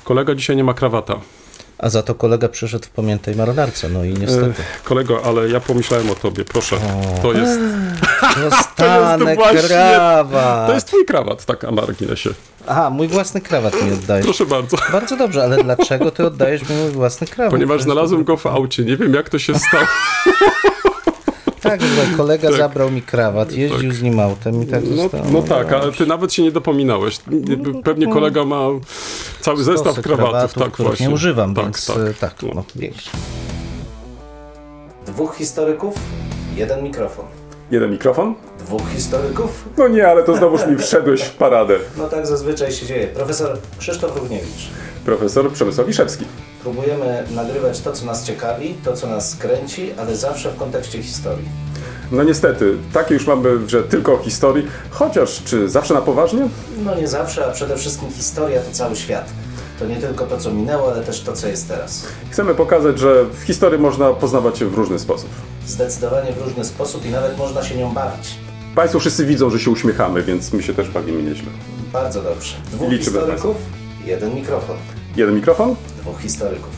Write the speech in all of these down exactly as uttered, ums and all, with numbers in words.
Kolega dzisiaj nie ma krawata. A za to kolega przyszedł w pamiętnej marynarce, no i niestety. E, kolego, ale ja pomyślałem o tobie, proszę. O. To jest... Dostanę to jest krawat. To jest twój krawat, tak na marginesie. Aha, mój własny krawat mi oddajesz. Proszę bardzo. Bardzo dobrze, ale dlaczego ty oddajesz mi mój własny krawat? Ponieważ znalazłem go w aucie, nie wiem jak to się stało. Tak, że kolega tak. zabrał mi krawat, jeździł tak. z nim autem i tak no, zostało. No tak, ale ty nawet się nie dopominałeś. Pewnie kolega ma cały Stosy zestaw krawatów. krawatów, tak, których właśnie. nie używam, tak, więc tak, tak, no, no większy. Dwóch historyków, jeden mikrofon. Jeden mikrofon? Dwóch historyków? No nie, ale to znowuż mi wszedłeś w paradę. No tak zazwyczaj się dzieje. Profesor Krzysztof Równiewicz. Profesor Przemysław Wiszewski. Próbujemy nagrywać to, co nas ciekawi, to, co nas kręci, ale zawsze w kontekście historii. No niestety, takie już mamy, że tylko o historii, chociaż czy zawsze na poważnie? No nie zawsze, a przede wszystkim historia to cały świat. To nie tylko to, co minęło, ale też to, co jest teraz. Chcemy pokazać, że w historii można poznawać się w różny sposób. Zdecydowanie w różny sposób i nawet można się nią bawić. Państwo wszyscy widzą, że się uśmiechamy, więc my się też bawimy nieźle. Bardzo dobrze. Dwóch Liczymy historyków, jeden mikrofon. Jeden mikrofon? Dwóch historyków.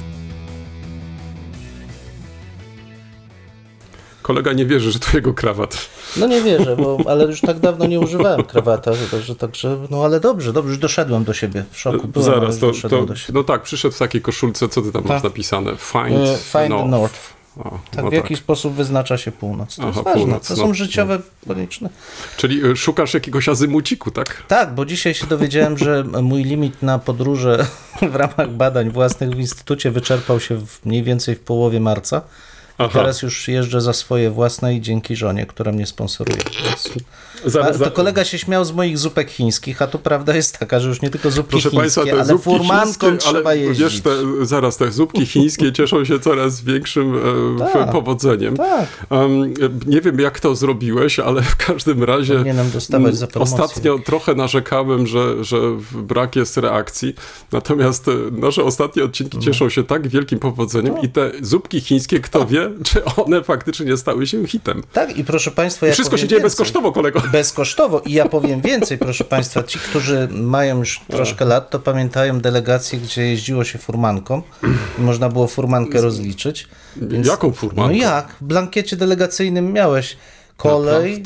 Kolega nie wierzy, że to jego krawat. No nie wierzę, bo, ale już tak dawno nie używałem krawata, że, że także, no ale dobrze, dobrze, już doszedłem do siebie, w szoku byłem, Zaraz, to, to, do siebie. no tak, przyszedł w takiej koszulce, co ty tam Ta. masz napisane? Find, uh, find North. North. O, tak, no w jaki tak. sposób wyznacza się północ. To Aha, jest ważne, północ, to są no, życiowe, no. konieczne. Czyli y, szukasz jakiegoś azymuciku, tak? Tak, bo dzisiaj się dowiedziałem, że mój limit na podróże w ramach badań własnych w instytucie wyczerpał się w, mniej więcej w połowie marca. I teraz już jeżdżę za swoje własne i dzięki żonie, która mnie sponsoruje. Więc... Zaraz, to kolega się śmiał z moich zupek chińskich, a tu prawda jest taka, że już nie tylko zupki Proszę chińskie, Państwa, te ale furmanką chińskie, trzeba ale jeździć. Wiesz, te, zaraz, te zupki chińskie cieszą się coraz większym e, tak, powodzeniem. Tak. Um, nie wiem, jak to zrobiłeś, ale w każdym razie powinienem dostawać za promocję. Ostatnio trochę narzekałem, że, że brak jest reakcji, natomiast nasze ostatnie odcinki no. cieszą się tak wielkim powodzeniem no. i te zupki chińskie, kto wie, czy one faktycznie stały się hitem. Tak, i proszę Państwa, ja Wszystko się dzieje więcej. bezkosztowo, kolego. Bezkosztowo i ja powiem więcej, proszę Państwa, ci, którzy mają już troszkę lat, to pamiętają delegacje, gdzie jeździło się furmanką i można było furmankę rozliczyć. Więc, Jaką furmankę? No jak? W blankiecie delegacyjnym miałeś kolej,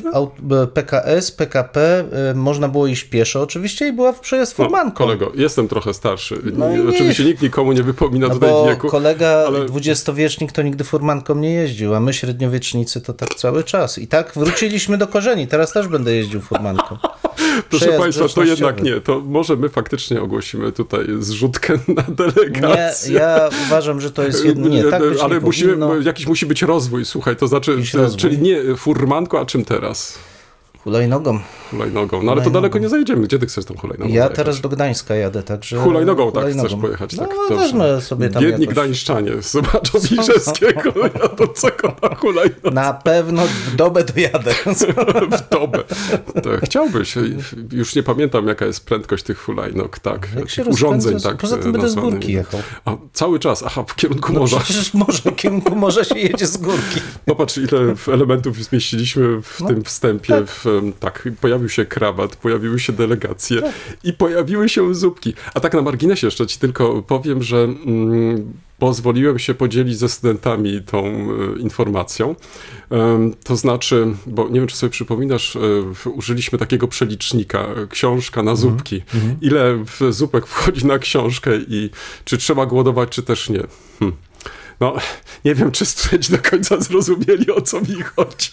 P K S, P K P, y, można było iść pieszo oczywiście i była przejazd furmanką. No, kolego, jestem trochę starszy. No i Oczywiście nikt nikomu nie wypomina no tutaj bo wieku. kolega ale... dwudziestowiecznik to nigdy furmanką nie jeździł, a my średniowiecznicy to tak cały czas. I tak wróciliśmy do korzeni, teraz też będę jeździł furmanką. Proszę Państwa, to jednak nie. To może my faktycznie ogłosimy tutaj zrzutkę na delegację. Nie, ja uważam, że to jest jedno. Nie, tak być ale nie musimy, powinno. jakiś musi być rozwój, słuchaj, to znaczy, czyli nie furmanką, a czym teraz? Hulajnogą. Hulajnogą. No ale to daleko nie zajedziemy. Gdzie ty chcesz tą hulajnogą Ja zajechać? teraz do Gdańska jadę, także... Hulajnogą, tak chcesz pojechać. Tak, no, wezmę sobie tam Biedni jakoś... Gdańszczanie zobaczą Wiszewskiego jadącego na hulajnodze. Na pewno w dobę dojadę. W dobę. To chciałbyś. Już nie pamiętam, jaka jest prędkość tych hulajnog, tak. Jak się tych urządzeń, tak. Poza tym będę z górki jechał. A, cały czas, aha, w kierunku no morza. Przecież morze, w kierunku morza się jedzie z górki. Popatrz, ile elementów zmieściliśmy w no, tym wstępie. Tak. W, tak, pojawił się krawat, pojawiły się delegacje tak. i pojawiły się zupki. A tak na marginesie jeszcze ci tylko powiem, że mm, pozwoliłem się podzielić ze studentami tą y, informacją. Um, to znaczy, bo nie wiem, czy sobie przypominasz, y, użyliśmy takiego przelicznika, książka na zupki. Mm-hmm. Ile w zupek wchodzi na książkę i czy trzeba głodować, czy też nie. Hm. No, nie wiem, czy studenci do końca zrozumieli, o co mi chodzi.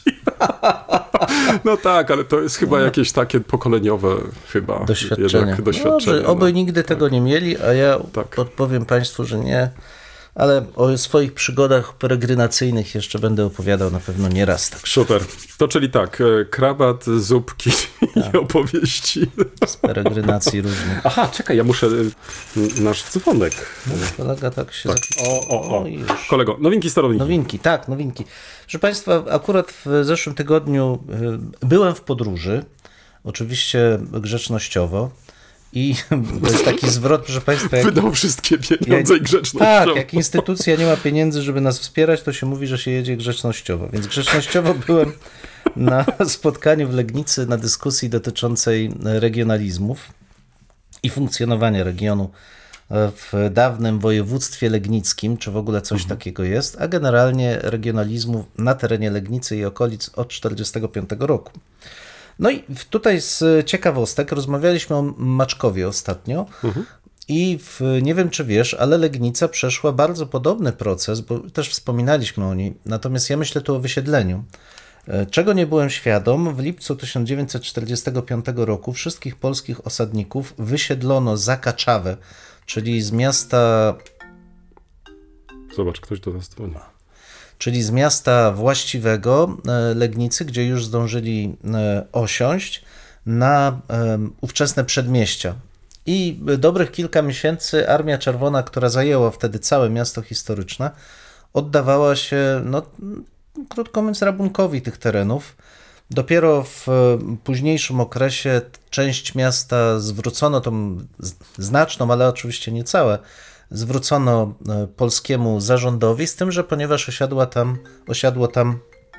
No tak, ale to jest chyba no. jakieś takie pokoleniowe chyba. Doświadczenie. Jednak, doświadczenie no, oby no. nigdy tego tak. nie mieli, a ja tak. podpowiem Państwu, że nie. Ale o swoich przygodach peregrinacyjnych jeszcze będę opowiadał na pewno nie raz. Tak. Super. To czyli tak, krawat, zupki tak. i opowieści. Z peregrynacji różnych. Aha, czekaj, ja muszę... Nasz dzwonek. No, kolega tak się... Tak. Zapisał. O, o, o. Kolego, nowinki, starowniki. Nowinki, tak, nowinki. Proszę Państwa, akurat w zeszłym tygodniu byłem w podróży, oczywiście grzecznościowo. I to jest taki zwrot, proszę Państwa... Jak, Wydał wszystkie pieniądze jak, i grzecznościowo. Tak, jak instytucja nie ma pieniędzy, żeby nas wspierać, to się mówi, że się jedzie grzecznościowo. Więc grzecznościowo byłem na spotkaniu w Legnicy na dyskusji dotyczącej regionalizmów i funkcjonowania regionu w dawnym województwie legnickim, czy w ogóle coś mhm. takiego jest, a generalnie regionalizmu na terenie Legnicy i okolic od tysiąc dziewięćset czterdziestego piątego roku. No i tutaj z ciekawostek rozmawialiśmy o Maczkowie ostatnio mhm. i w, nie wiem czy wiesz, ale Legnica przeszła bardzo podobny proces, bo też wspominaliśmy o niej, natomiast ja myślę tu o wysiedleniu. Czego nie byłem świadom, w lipcu tysiąc dziewięćset czterdziestego piątego roku wszystkich polskich osadników wysiedlono za Kaczawę, czyli z miasta... Zobacz, ktoś do nas dzwoni. Czyli z miasta właściwego Legnicy, gdzie już zdążyli osiąść, na ówczesne przedmieścia. I dobrych kilka miesięcy Armia Czerwona, która zajęła wtedy całe miasto historyczne, oddawała się, no, krótko mówiąc, rabunkowi tych terenów. Dopiero w późniejszym okresie część miasta zwrócono, tą znaczną, ale oczywiście nie całe, zwrócono polskiemu zarządowi, z tym, że ponieważ osiadła tam, osiadło tam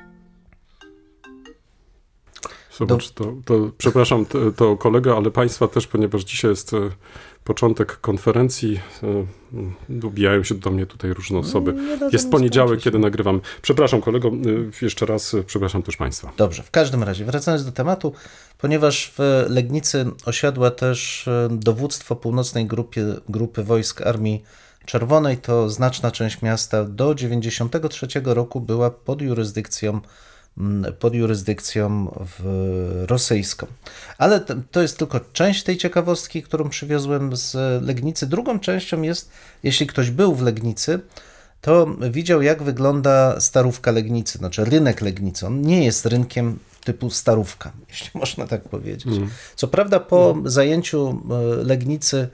Zobacz, to, to, przepraszam, to, to kolega, ale Państwa też, ponieważ dzisiaj jest początek konferencji, dobijają się do mnie tutaj różne osoby. Jest poniedziałek, kiedy nagrywam. Przepraszam kolego, jeszcze raz, przepraszam też Państwa. Dobrze, w każdym razie, wracając do tematu, ponieważ w Legnicy osiadła też dowództwo północnej grupy, grupy wojsk Armii Czerwonej, to znaczna część miasta do dziewięćdziesiątego trzeciego roku była pod jurysdykcją pod jurysdykcją rosyjską. Ale to jest tylko część tej ciekawostki, którą przywiozłem z Legnicy. Drugą częścią jest, jeśli ktoś był w Legnicy, to widział, jak wygląda Starówka Legnicy, znaczy rynek Legnicy. On nie jest rynkiem typu Starówka, jeśli można tak powiedzieć. Mm. Co prawda po mm. zajęciu Legnicy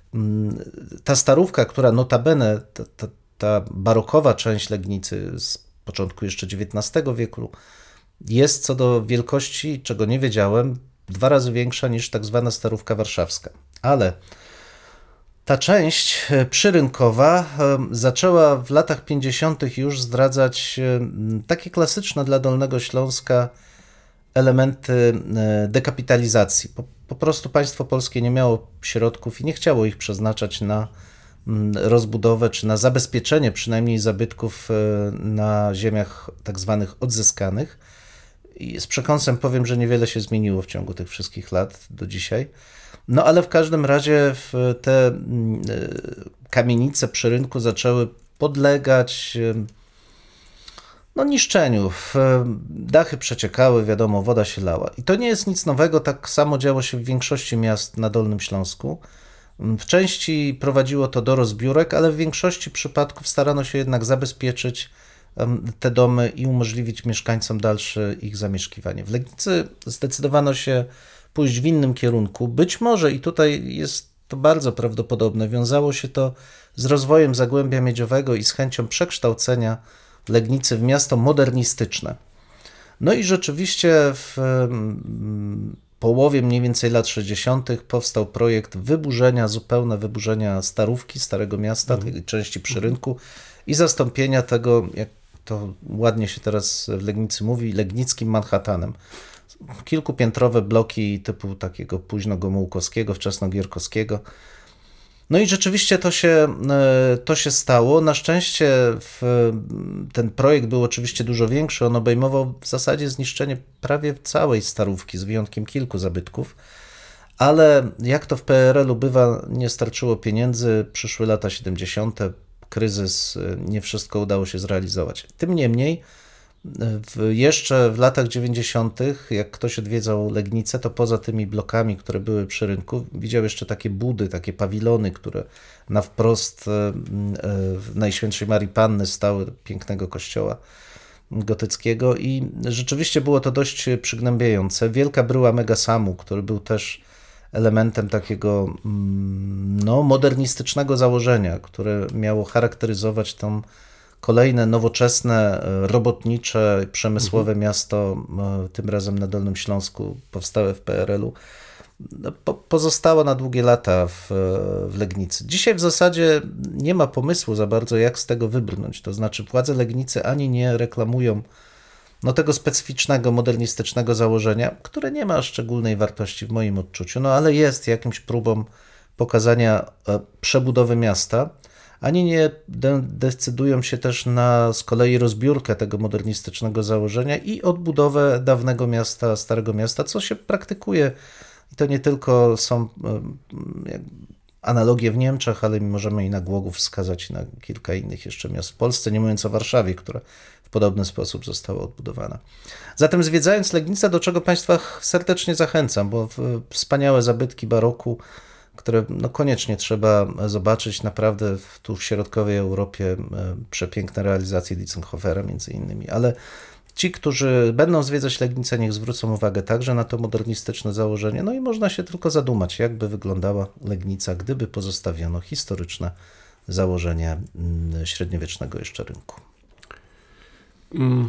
ta Starówka, która notabene, ta, ta, ta barokowa część Legnicy z początku jeszcze dziewiętnastego wieku, jest co do wielkości, czego nie wiedziałem, dwa razy większa niż tak zwana Starówka Warszawska. Ale ta część przyrynkowa zaczęła w latach pięćdziesiątych już zdradzać takie klasyczne dla Dolnego Śląska elementy dekapitalizacji. Po, po prostu państwo polskie nie miało środków i nie chciało ich przeznaczać na rozbudowę czy na zabezpieczenie przynajmniej zabytków na ziemiach tak zwanych odzyskanych. I z przekąsem powiem, że niewiele się zmieniło w ciągu tych wszystkich lat do dzisiaj. No ale w każdym razie te kamienice przy rynku zaczęły podlegać no, niszczeniu. Dachy przeciekały, wiadomo, woda się lała. I to nie jest nic nowego, tak samo działo się w większości miast na Dolnym Śląsku. W części prowadziło to do rozbiórek, ale w większości przypadków starano się jednak zabezpieczyć te domy i umożliwić mieszkańcom dalsze ich zamieszkiwanie. W Legnicy zdecydowano się pójść w innym kierunku. Być może, i tutaj jest to bardzo prawdopodobne, wiązało się to z rozwojem Zagłębia Miedziowego i z chęcią przekształcenia Legnicy w miasto modernistyczne. No i rzeczywiście w połowie mniej więcej lat sześćdziesiątych powstał projekt wyburzenia, zupełne wyburzenia Starówki, Starego Miasta, tej części przy rynku i zastąpienia tego, jak to ładnie się teraz w Legnicy mówi, legnickim Manhattanem. Kilkupiętrowe bloki typu takiego późno-gomułkowskiego, wczesno-gierkowskiego. No i rzeczywiście to się, to się stało. Na szczęście w, ten projekt był oczywiście dużo większy. On obejmował w zasadzie zniszczenie prawie całej Starówki, z wyjątkiem kilku zabytków. Ale jak to w P R L-u bywa, nie starczyło pieniędzy. Przyszły lata siedemdziesiąte, kryzys, nie wszystko udało się zrealizować. Tym niemniej w, jeszcze w latach dziewięćdziesiątych, jak ktoś odwiedzał Legnicę, to poza tymi blokami, które były przy rynku, widział jeszcze takie budy, takie pawilony, które na wprost w Najświętszej Marii Panny stały, pięknego kościoła gotyckiego i rzeczywiście było to dość przygnębiające. Wielka bryła Megasamu, który był też elementem takiego no, modernistycznego założenia, które miało charakteryzować tą kolejne nowoczesne, robotnicze, przemysłowe mhm. miasto, tym razem na Dolnym Śląsku, powstałe w P R L-u, po, pozostało na długie lata w, w Legnicy. Dzisiaj w zasadzie nie ma pomysłu za bardzo, jak z tego wybrnąć. To znaczy władze Legnicy ani nie reklamują no, tego specyficznego, modernistycznego założenia, które nie ma szczególnej wartości w moim odczuciu, no ale jest jakimś próbą pokazania przebudowy miasta, ani nie de- decydują się też na z kolei rozbiórkę tego modernistycznego założenia i odbudowę dawnego miasta, Starego Miasta, co się praktykuje. I to nie tylko są analogie w Niemczech, ale możemy i na Głogów wskazać i na kilka innych jeszcze miast w Polsce, nie mówiąc o Warszawie, która w podobny sposób została odbudowana. Zatem zwiedzając Legnicę, do czego Państwa serdecznie zachęcam, bo wspaniałe zabytki baroku, które no koniecznie trzeba zobaczyć, naprawdę w, tu w środkowej Europie przepiękne realizacje Dietzenhofera między innymi, ale ci, którzy będą zwiedzać Legnicę, niech zwrócą uwagę także na to modernistyczne założenie, no i można się tylko zadumać, jakby wyglądała Legnica, gdyby pozostawiono historyczne założenie średniowiecznego jeszcze rynku. Mm.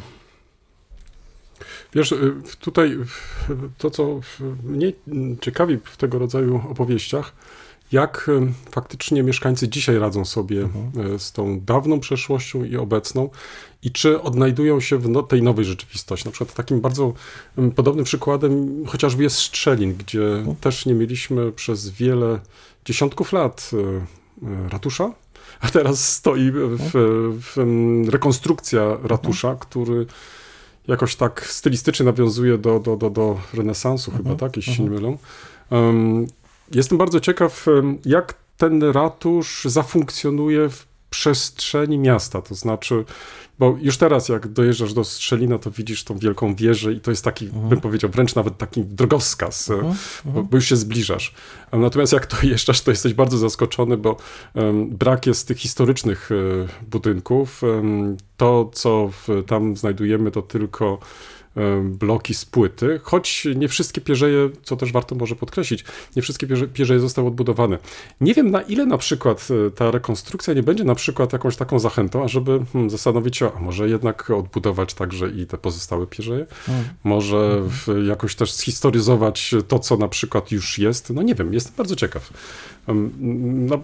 Wiesz, tutaj to, co mnie ciekawi w tego rodzaju opowieściach, jak faktycznie mieszkańcy dzisiaj radzą sobie mhm. z tą dawną przeszłością i obecną i czy odnajdują się w no, tej nowej rzeczywistości. Na przykład takim bardzo podobnym przykładem chociażby jest Strzelin, gdzie mhm. też nie mieliśmy przez wiele dziesiątków lat ratusza, a teraz stoi w, w, w rekonstrukcja ratusza, mhm. który jakoś tak stylistycznie nawiązuje do, do, do, do renesansu mhm. chyba, tak? Jeśli mhm. się nie mylę. Um, Jestem bardzo ciekaw, jak ten ratusz zafunkcjonuje w przestrzeni miasta, to znaczy, bo już teraz jak dojeżdżasz do Strzelina, to widzisz tą wielką wieżę i to jest taki, mhm. bym powiedział, wręcz nawet taki drogowskaz, mhm. bo, bo już się zbliżasz. Natomiast jak dojeżdżasz, to jesteś bardzo zaskoczony, bo um, brak jest tych historycznych um, budynków. Um, to, co w, tam znajdujemy, to tylko bloki z płyty, choć nie wszystkie pierzeje, co też warto może podkreślić, nie wszystkie pierze, pierzeje zostały odbudowane. Nie wiem, na ile na przykład ta rekonstrukcja nie będzie na przykład jakąś taką zachętą, ażeby hmm, zastanowić się, a może jednak odbudować także i te pozostałe pierzeje, hmm. może w, jakoś też zhistoryzować to, co na przykład już jest. No nie wiem, jestem bardzo ciekaw. No,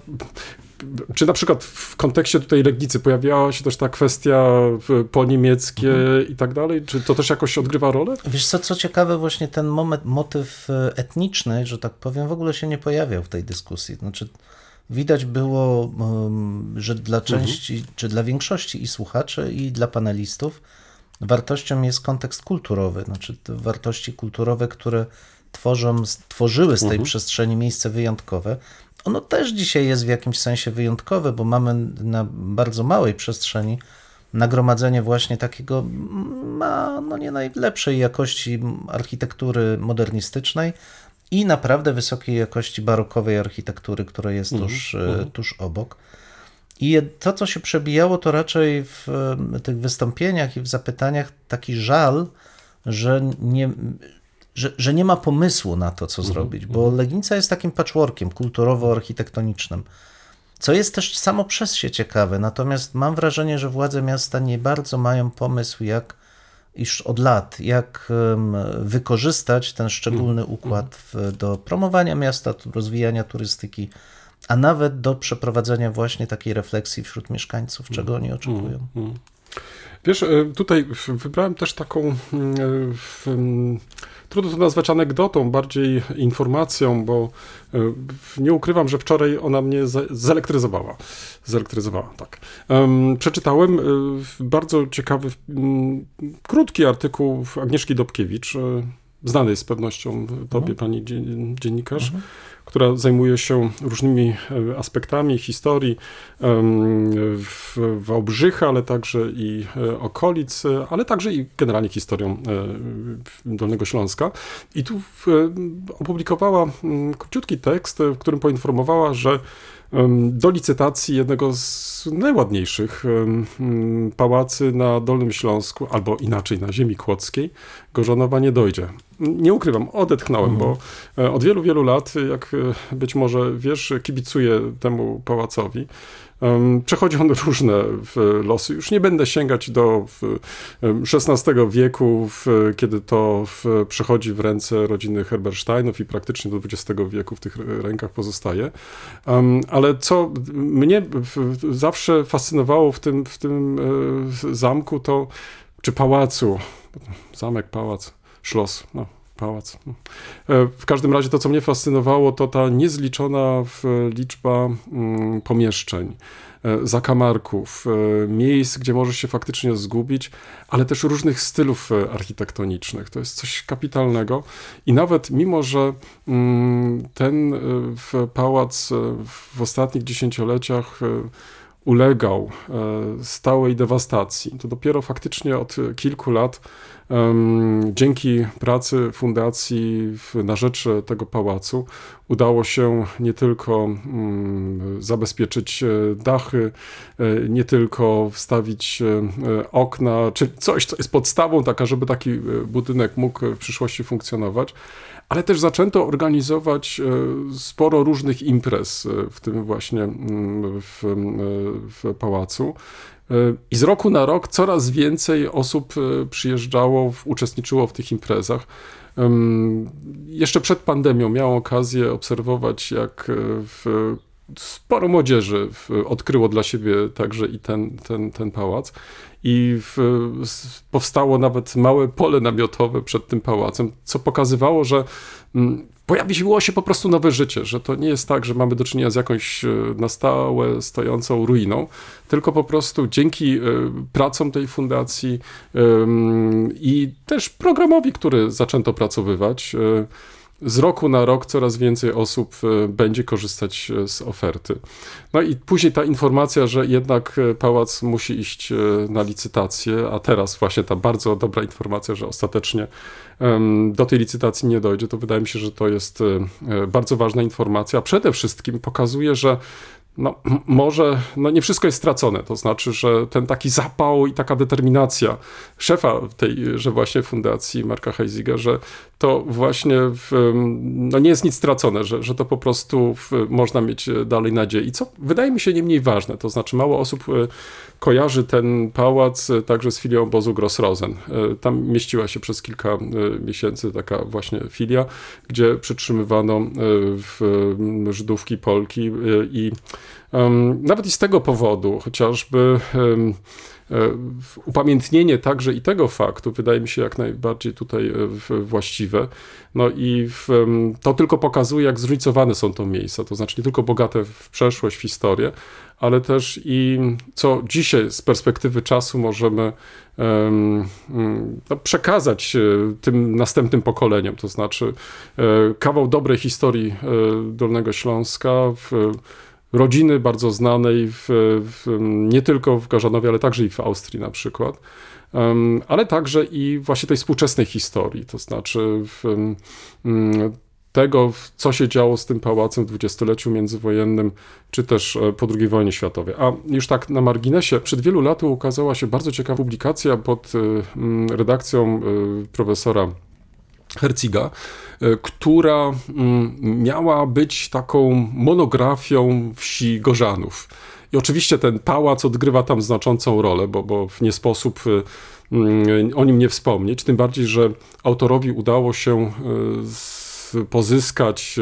czy na przykład w kontekście tutaj Legnicy pojawiała się też ta kwestia po-niemieckie mhm. i tak dalej? Czy to też jakoś odgrywa rolę? Wiesz co, co ciekawe, właśnie ten moment, motyw etniczny, że tak powiem, w ogóle się nie pojawiał w tej dyskusji. Znaczy, widać było, że dla części, mhm. czy dla większości i słuchaczy, i dla panelistów wartością jest kontekst kulturowy, znaczy te wartości kulturowe, które tworzą, tworzyły z tej mhm. przestrzeni miejsce wyjątkowe. Ono też dzisiaj jest w jakimś sensie wyjątkowe, bo mamy na bardzo małej przestrzeni nagromadzenie właśnie takiego ma, no nie najlepszej jakości architektury modernistycznej i naprawdę wysokiej jakości barokowej architektury, która jest mm, tuż, mm. tuż obok. I to, co się przebijało, to raczej w tych wystąpieniach i w zapytaniach taki żal, że nie... Że, że nie ma pomysłu na to, co zrobić, bo Legnica jest takim patchworkiem kulturowo-architektonicznym, co jest też samo przez się ciekawe, natomiast mam wrażenie, że władze miasta nie bardzo mają pomysł, jak iż od lat, jak um, wykorzystać ten szczególny układ w, do promowania miasta, rozwijania turystyki, a nawet do przeprowadzenia właśnie takiej refleksji wśród mieszkańców, czego oni oczekują. Wiesz, tutaj wybrałem też taką, trudno to nazwać anegdotą, bardziej informacją, bo nie ukrywam, że wczoraj ona mnie zelektryzowała. Zelektryzowała, tak. Przeczytałem bardzo ciekawy, krótki artykuł Agnieszki Dobkiewicz, znanej z pewnością tobie, pani dziennikarz, mhm. która zajmuje się różnymi aspektami historii w Wałbrzycha, ale także i okolic, ale także i generalnie historią Dolnego Śląska. I tu opublikowała króciutki tekst, w którym poinformowała, że do licytacji jednego z najładniejszych pałacy na Dolnym Śląsku, albo inaczej na ziemi kłodzkiej, Gorzanowa nie dojdzie. Nie ukrywam, odetchnąłem, mhm. bo od wielu, wielu lat, jak być może wiesz, kibicuję temu pałacowi. Przechodzi on różne losy. Już nie będę sięgać do szesnastego wieku, kiedy to przechodzi w ręce rodziny Herbersteinów i praktycznie do dwudziestego wieku w tych rękach pozostaje. Ale co mnie zawsze fascynowało w tym, w tym zamku, to czy pałacu, zamek, pałac, Schloss, no, pałac. W każdym razie to, co mnie fascynowało, to ta niezliczona liczba pomieszczeń, zakamarków, miejsc, gdzie możesz się faktycznie zgubić, ale też różnych stylów architektonicznych. To jest coś kapitalnego i nawet mimo, że ten pałac w ostatnich dziesięcioleciach ulegał stałej dewastacji, to dopiero faktycznie od kilku lat dzięki pracy fundacji na rzecz tego pałacu udało się nie tylko zabezpieczyć dachy, nie tylko wstawić okna, czy coś, co jest podstawą taka, żeby taki budynek mógł w przyszłości funkcjonować, ale też zaczęto organizować sporo różnych imprez w tym właśnie w, w pałacu. I z roku na rok coraz więcej osób przyjeżdżało, uczestniczyło w tych imprezach. Jeszcze przed pandemią miałem okazję obserwować, jak w sporo młodzieży odkryło dla siebie także i ten, ten, ten pałac. I w, powstało nawet małe pole namiotowe przed tym pałacem, co pokazywało, że pojawiło się po prostu nowe życie, że to nie jest tak, że mamy do czynienia z jakąś na stałe stojącą ruiną, tylko po prostu dzięki pracom tej fundacji i też programowi, który zaczęto pracowywać, z roku na rok coraz więcej osób będzie korzystać z oferty. No i później ta informacja, że jednak pałac musi iść na licytację, a teraz właśnie ta bardzo dobra informacja, że ostatecznie do tej licytacji nie dojdzie, to wydaje mi się, że to jest bardzo ważna informacja. A przede wszystkim pokazuje, że no, może no nie wszystko jest stracone, to znaczy, że ten taki zapał i taka determinacja szefa tejże właśnie fundacji Marka Heisiga, że to właśnie w, no nie jest nic stracone, że, że to po prostu w, można mieć dalej nadzieję. I co wydaje mi się nie mniej ważne, to znaczy mało osób kojarzy ten pałac także z filią obozu Gross-Rosen. Tam mieściła się przez kilka miesięcy taka właśnie filia, gdzie przetrzymywano Żydówki, Polki i um, nawet i z tego powodu chociażby um, upamiętnienie także i tego faktu wydaje mi się jak najbardziej tutaj właściwe. No i w, to tylko pokazuje, jak zróżnicowane są to miejsca, to znaczy nie tylko bogate w przeszłość, w historię, ale też i co dzisiaj z perspektywy czasu możemy um, no, przekazać tym następnym pokoleniom, to znaczy kawał dobrej historii Dolnego Śląska, w rodziny bardzo znanej w, w, nie tylko w Gorzanowie, ale także i w Austrii na przykład, um, ale także i właśnie tej współczesnej historii, to znaczy w, um, tego, co się działo z tym pałacem w dwudziestoleciu międzywojennym, czy też po drugiej wojnie światowej. A już tak na marginesie, przed wielu laty ukazała się bardzo ciekawa publikacja pod um, redakcją um, profesora Herziga, która miała być taką monografią wsi Gorzanów. I oczywiście ten pałac odgrywa tam znaczącą rolę, bo, bo nie sposób o nim nie wspomnieć, tym bardziej, że autorowi udało się pozyskać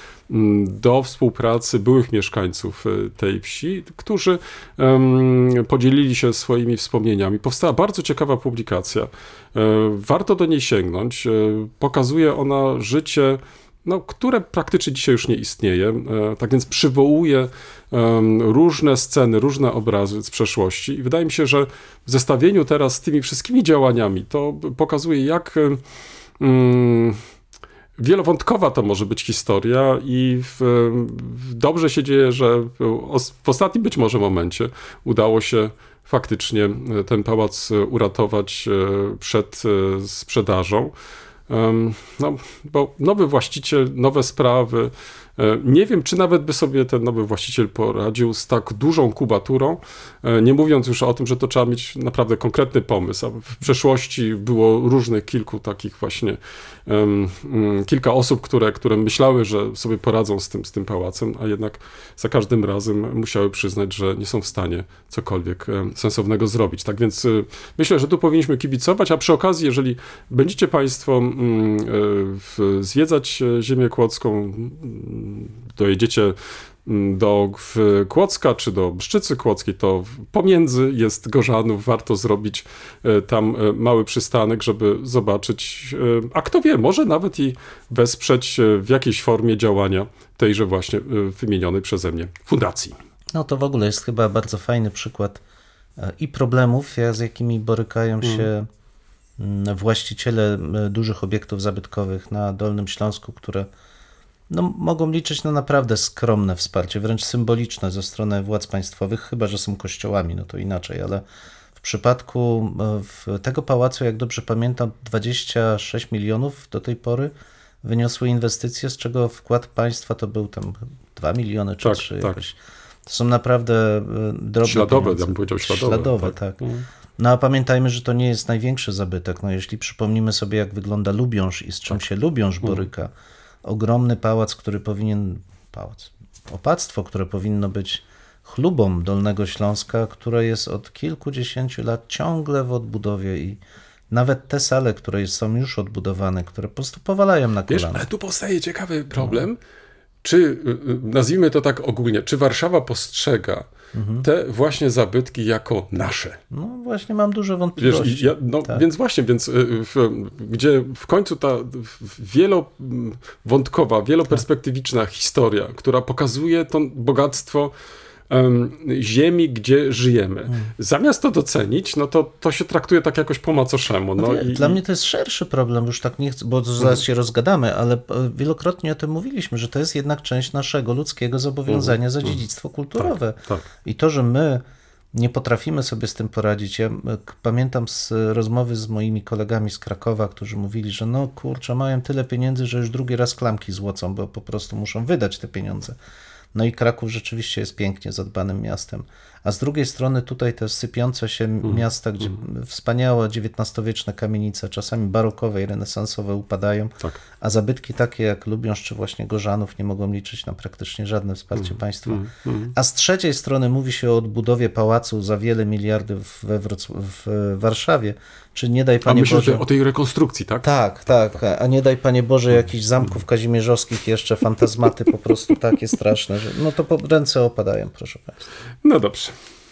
do współpracy byłych mieszkańców tej wsi, którzy um, podzielili się swoimi wspomnieniami. Powstała bardzo ciekawa publikacja. Warto do niej sięgnąć. Pokazuje ona życie, no, które praktycznie dzisiaj już nie istnieje. Tak więc przywołuje um, różne sceny, różne obrazy z przeszłości. I wydaje mi się, że w zestawieniu teraz z tymi wszystkimi działaniami to pokazuje, jak um, wielowątkowa to może być historia i w, w dobrze się dzieje, że w ostatnim być może momencie udało się faktycznie ten pałac uratować przed sprzedażą. No, bo nowy właściciel, nowe sprawy. Nie wiem, czy nawet by sobie ten nowy właściciel poradził z tak dużą kubaturą, nie mówiąc już o tym, że to trzeba mieć naprawdę konkretny pomysł. A w przeszłości było różnych kilku takich właśnie, um, um, kilka osób, które, które myślały, że sobie poradzą z tym, z tym pałacem, a jednak za każdym razem musiały przyznać, że nie są w stanie cokolwiek um, sensownego zrobić. Tak więc y, myślę, że tu powinniśmy kibicować, a przy okazji, jeżeli będziecie Państwo um, y, zwiedzać Ziemię Kłodzką, dojedziecie do Kłodzka czy do Brzczycy Kłodzkiej, to pomiędzy jest Gorzanów, warto zrobić tam mały przystanek, żeby zobaczyć, a kto wie, może nawet i wesprzeć w jakiejś formie działania tejże właśnie wymienionej przeze mnie fundacji. No to w ogóle jest chyba bardzo fajny przykład i problemów, z jakimi borykają się mm. właściciele dużych obiektów zabytkowych na Dolnym Śląsku, które no, mogą liczyć na naprawdę skromne wsparcie, wręcz symboliczne ze strony władz państwowych, chyba że są kościołami, no to inaczej, ale w przypadku w tego pałacu, jak dobrze pamiętam, dwadzieścia sześć milionów do tej pory wyniosły inwestycje, z czego wkład państwa to był tam dwa miliony czy tak, trzy. tak. To są naprawdę drobne Śladowe, pieniądze. ja bym powiedział śladowe. Śladowe, tak. tak. No a pamiętajmy, że to nie jest największy zabytek. No jeśli przypomnimy sobie, jak wygląda Lubiąż i z czym tak. się Lubiąż boryka, ogromny pałac, który powinien, pałac, opactwo, które powinno być chlubą Dolnego Śląska, które jest od kilkudziesięciu lat ciągle w odbudowie i nawet te sale, które są już odbudowane, które po prostu powalają na kolana. Wiesz, ale tu powstaje ciekawy problem, no. czy, nazwijmy to tak ogólnie, czy Warszawa postrzega mhm. te właśnie zabytki jako nasze? No właśnie mam duże wątpliwości. Wiesz, ja, no, tak. Więc właśnie, więc w, gdzie w końcu ta wielowątkowa, wieloperspektywiczna tak. historia, która pokazuje to bogactwo um, ziemi, gdzie żyjemy. Hmm. Zamiast to docenić, no to, to się traktuje tak jakoś po macoszemu. No, no i, dla i... mnie to jest szerszy problem, już tak nie chcę, bo zaraz hmm. się rozgadamy, ale wielokrotnie o tym mówiliśmy, że to jest jednak część naszego ludzkiego zobowiązania hmm. za dziedzictwo kulturowe. Tak, tak. I to, że my nie potrafimy sobie z tym poradzić. Ja pamiętam z rozmowy z moimi kolegami z Krakowa, którzy mówili, że no kurczę, mają tyle pieniędzy, że już drugi raz klamki złocą, bo po prostu muszą wydać te pieniądze. No i Kraków rzeczywiście jest pięknie zadbanym miastem. A z drugiej strony tutaj te sypiące się mm. miasta, gdzie mm. wspaniałe dziewiętnastowieczne kamienice, czasami barokowe i renesansowe upadają, tak. a zabytki takie jak Lubiąż czy właśnie Gorzanów nie mogą liczyć na praktycznie żadne wsparcie mm. państwa. Mm. A z trzeciej strony mówi się o odbudowie pałacu za wiele miliardów we Wroc- w Warszawie. Czy nie daj Panie a myślę, Boże... o tej rekonstrukcji, tak? Tak, tak. A nie daj Panie Boże jakichś zamków kazimierzowskich jeszcze, fantazmaty po prostu takie straszne, że no to po ręce opadają, proszę Państwa. No dobrze.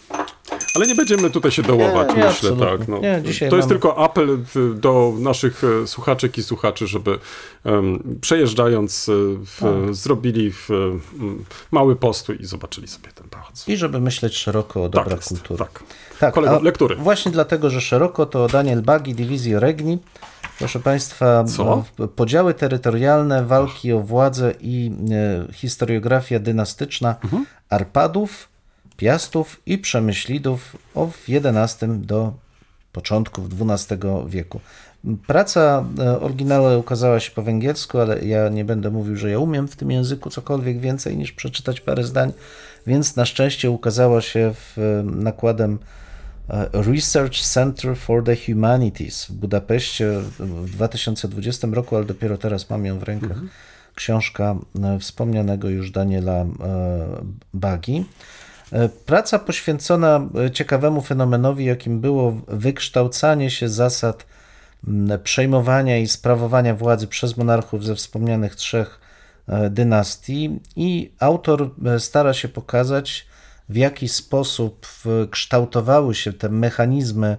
Ale nie będziemy tutaj się dołować, nie, nie, myślę, tak. No. Nie, to mamy... jest tylko apel do naszych słuchaczek i słuchaczy, żeby um, przejeżdżając w, tak. zrobili w, um, mały postój i zobaczyli sobie ten pałac. I żeby myśleć szeroko o dobrach tak kultury. Tak, tak. Kolego, lektury. Właśnie dlatego, że szeroko to Daniel Bagi, Divisio Regni. Proszę Państwa, Co? podziały terytorialne, walki o władzę i e, historiografia dynastyczna mhm. Arpadów, Piastów i Przemyślidów od jedenastego do początków dwunastego wieku. Praca oryginalna ukazała się po węgiersku, ale ja nie będę mówił, że ja umiem w tym języku cokolwiek więcej niż przeczytać parę zdań, więc na szczęście ukazała się w nakładem Research Center for the Humanities w Budapeszcie w dwa tysiące dwudziestym roku, ale dopiero teraz mam ją w rękach. Mhm. Książka wspomnianego już Daniela Bagi. Praca poświęcona ciekawemu fenomenowi, jakim było wykształcanie się zasad przejmowania i sprawowania władzy przez monarchów ze wspomnianych trzech dynastii i autor stara się pokazać, w jaki sposób kształtowały się te mechanizmy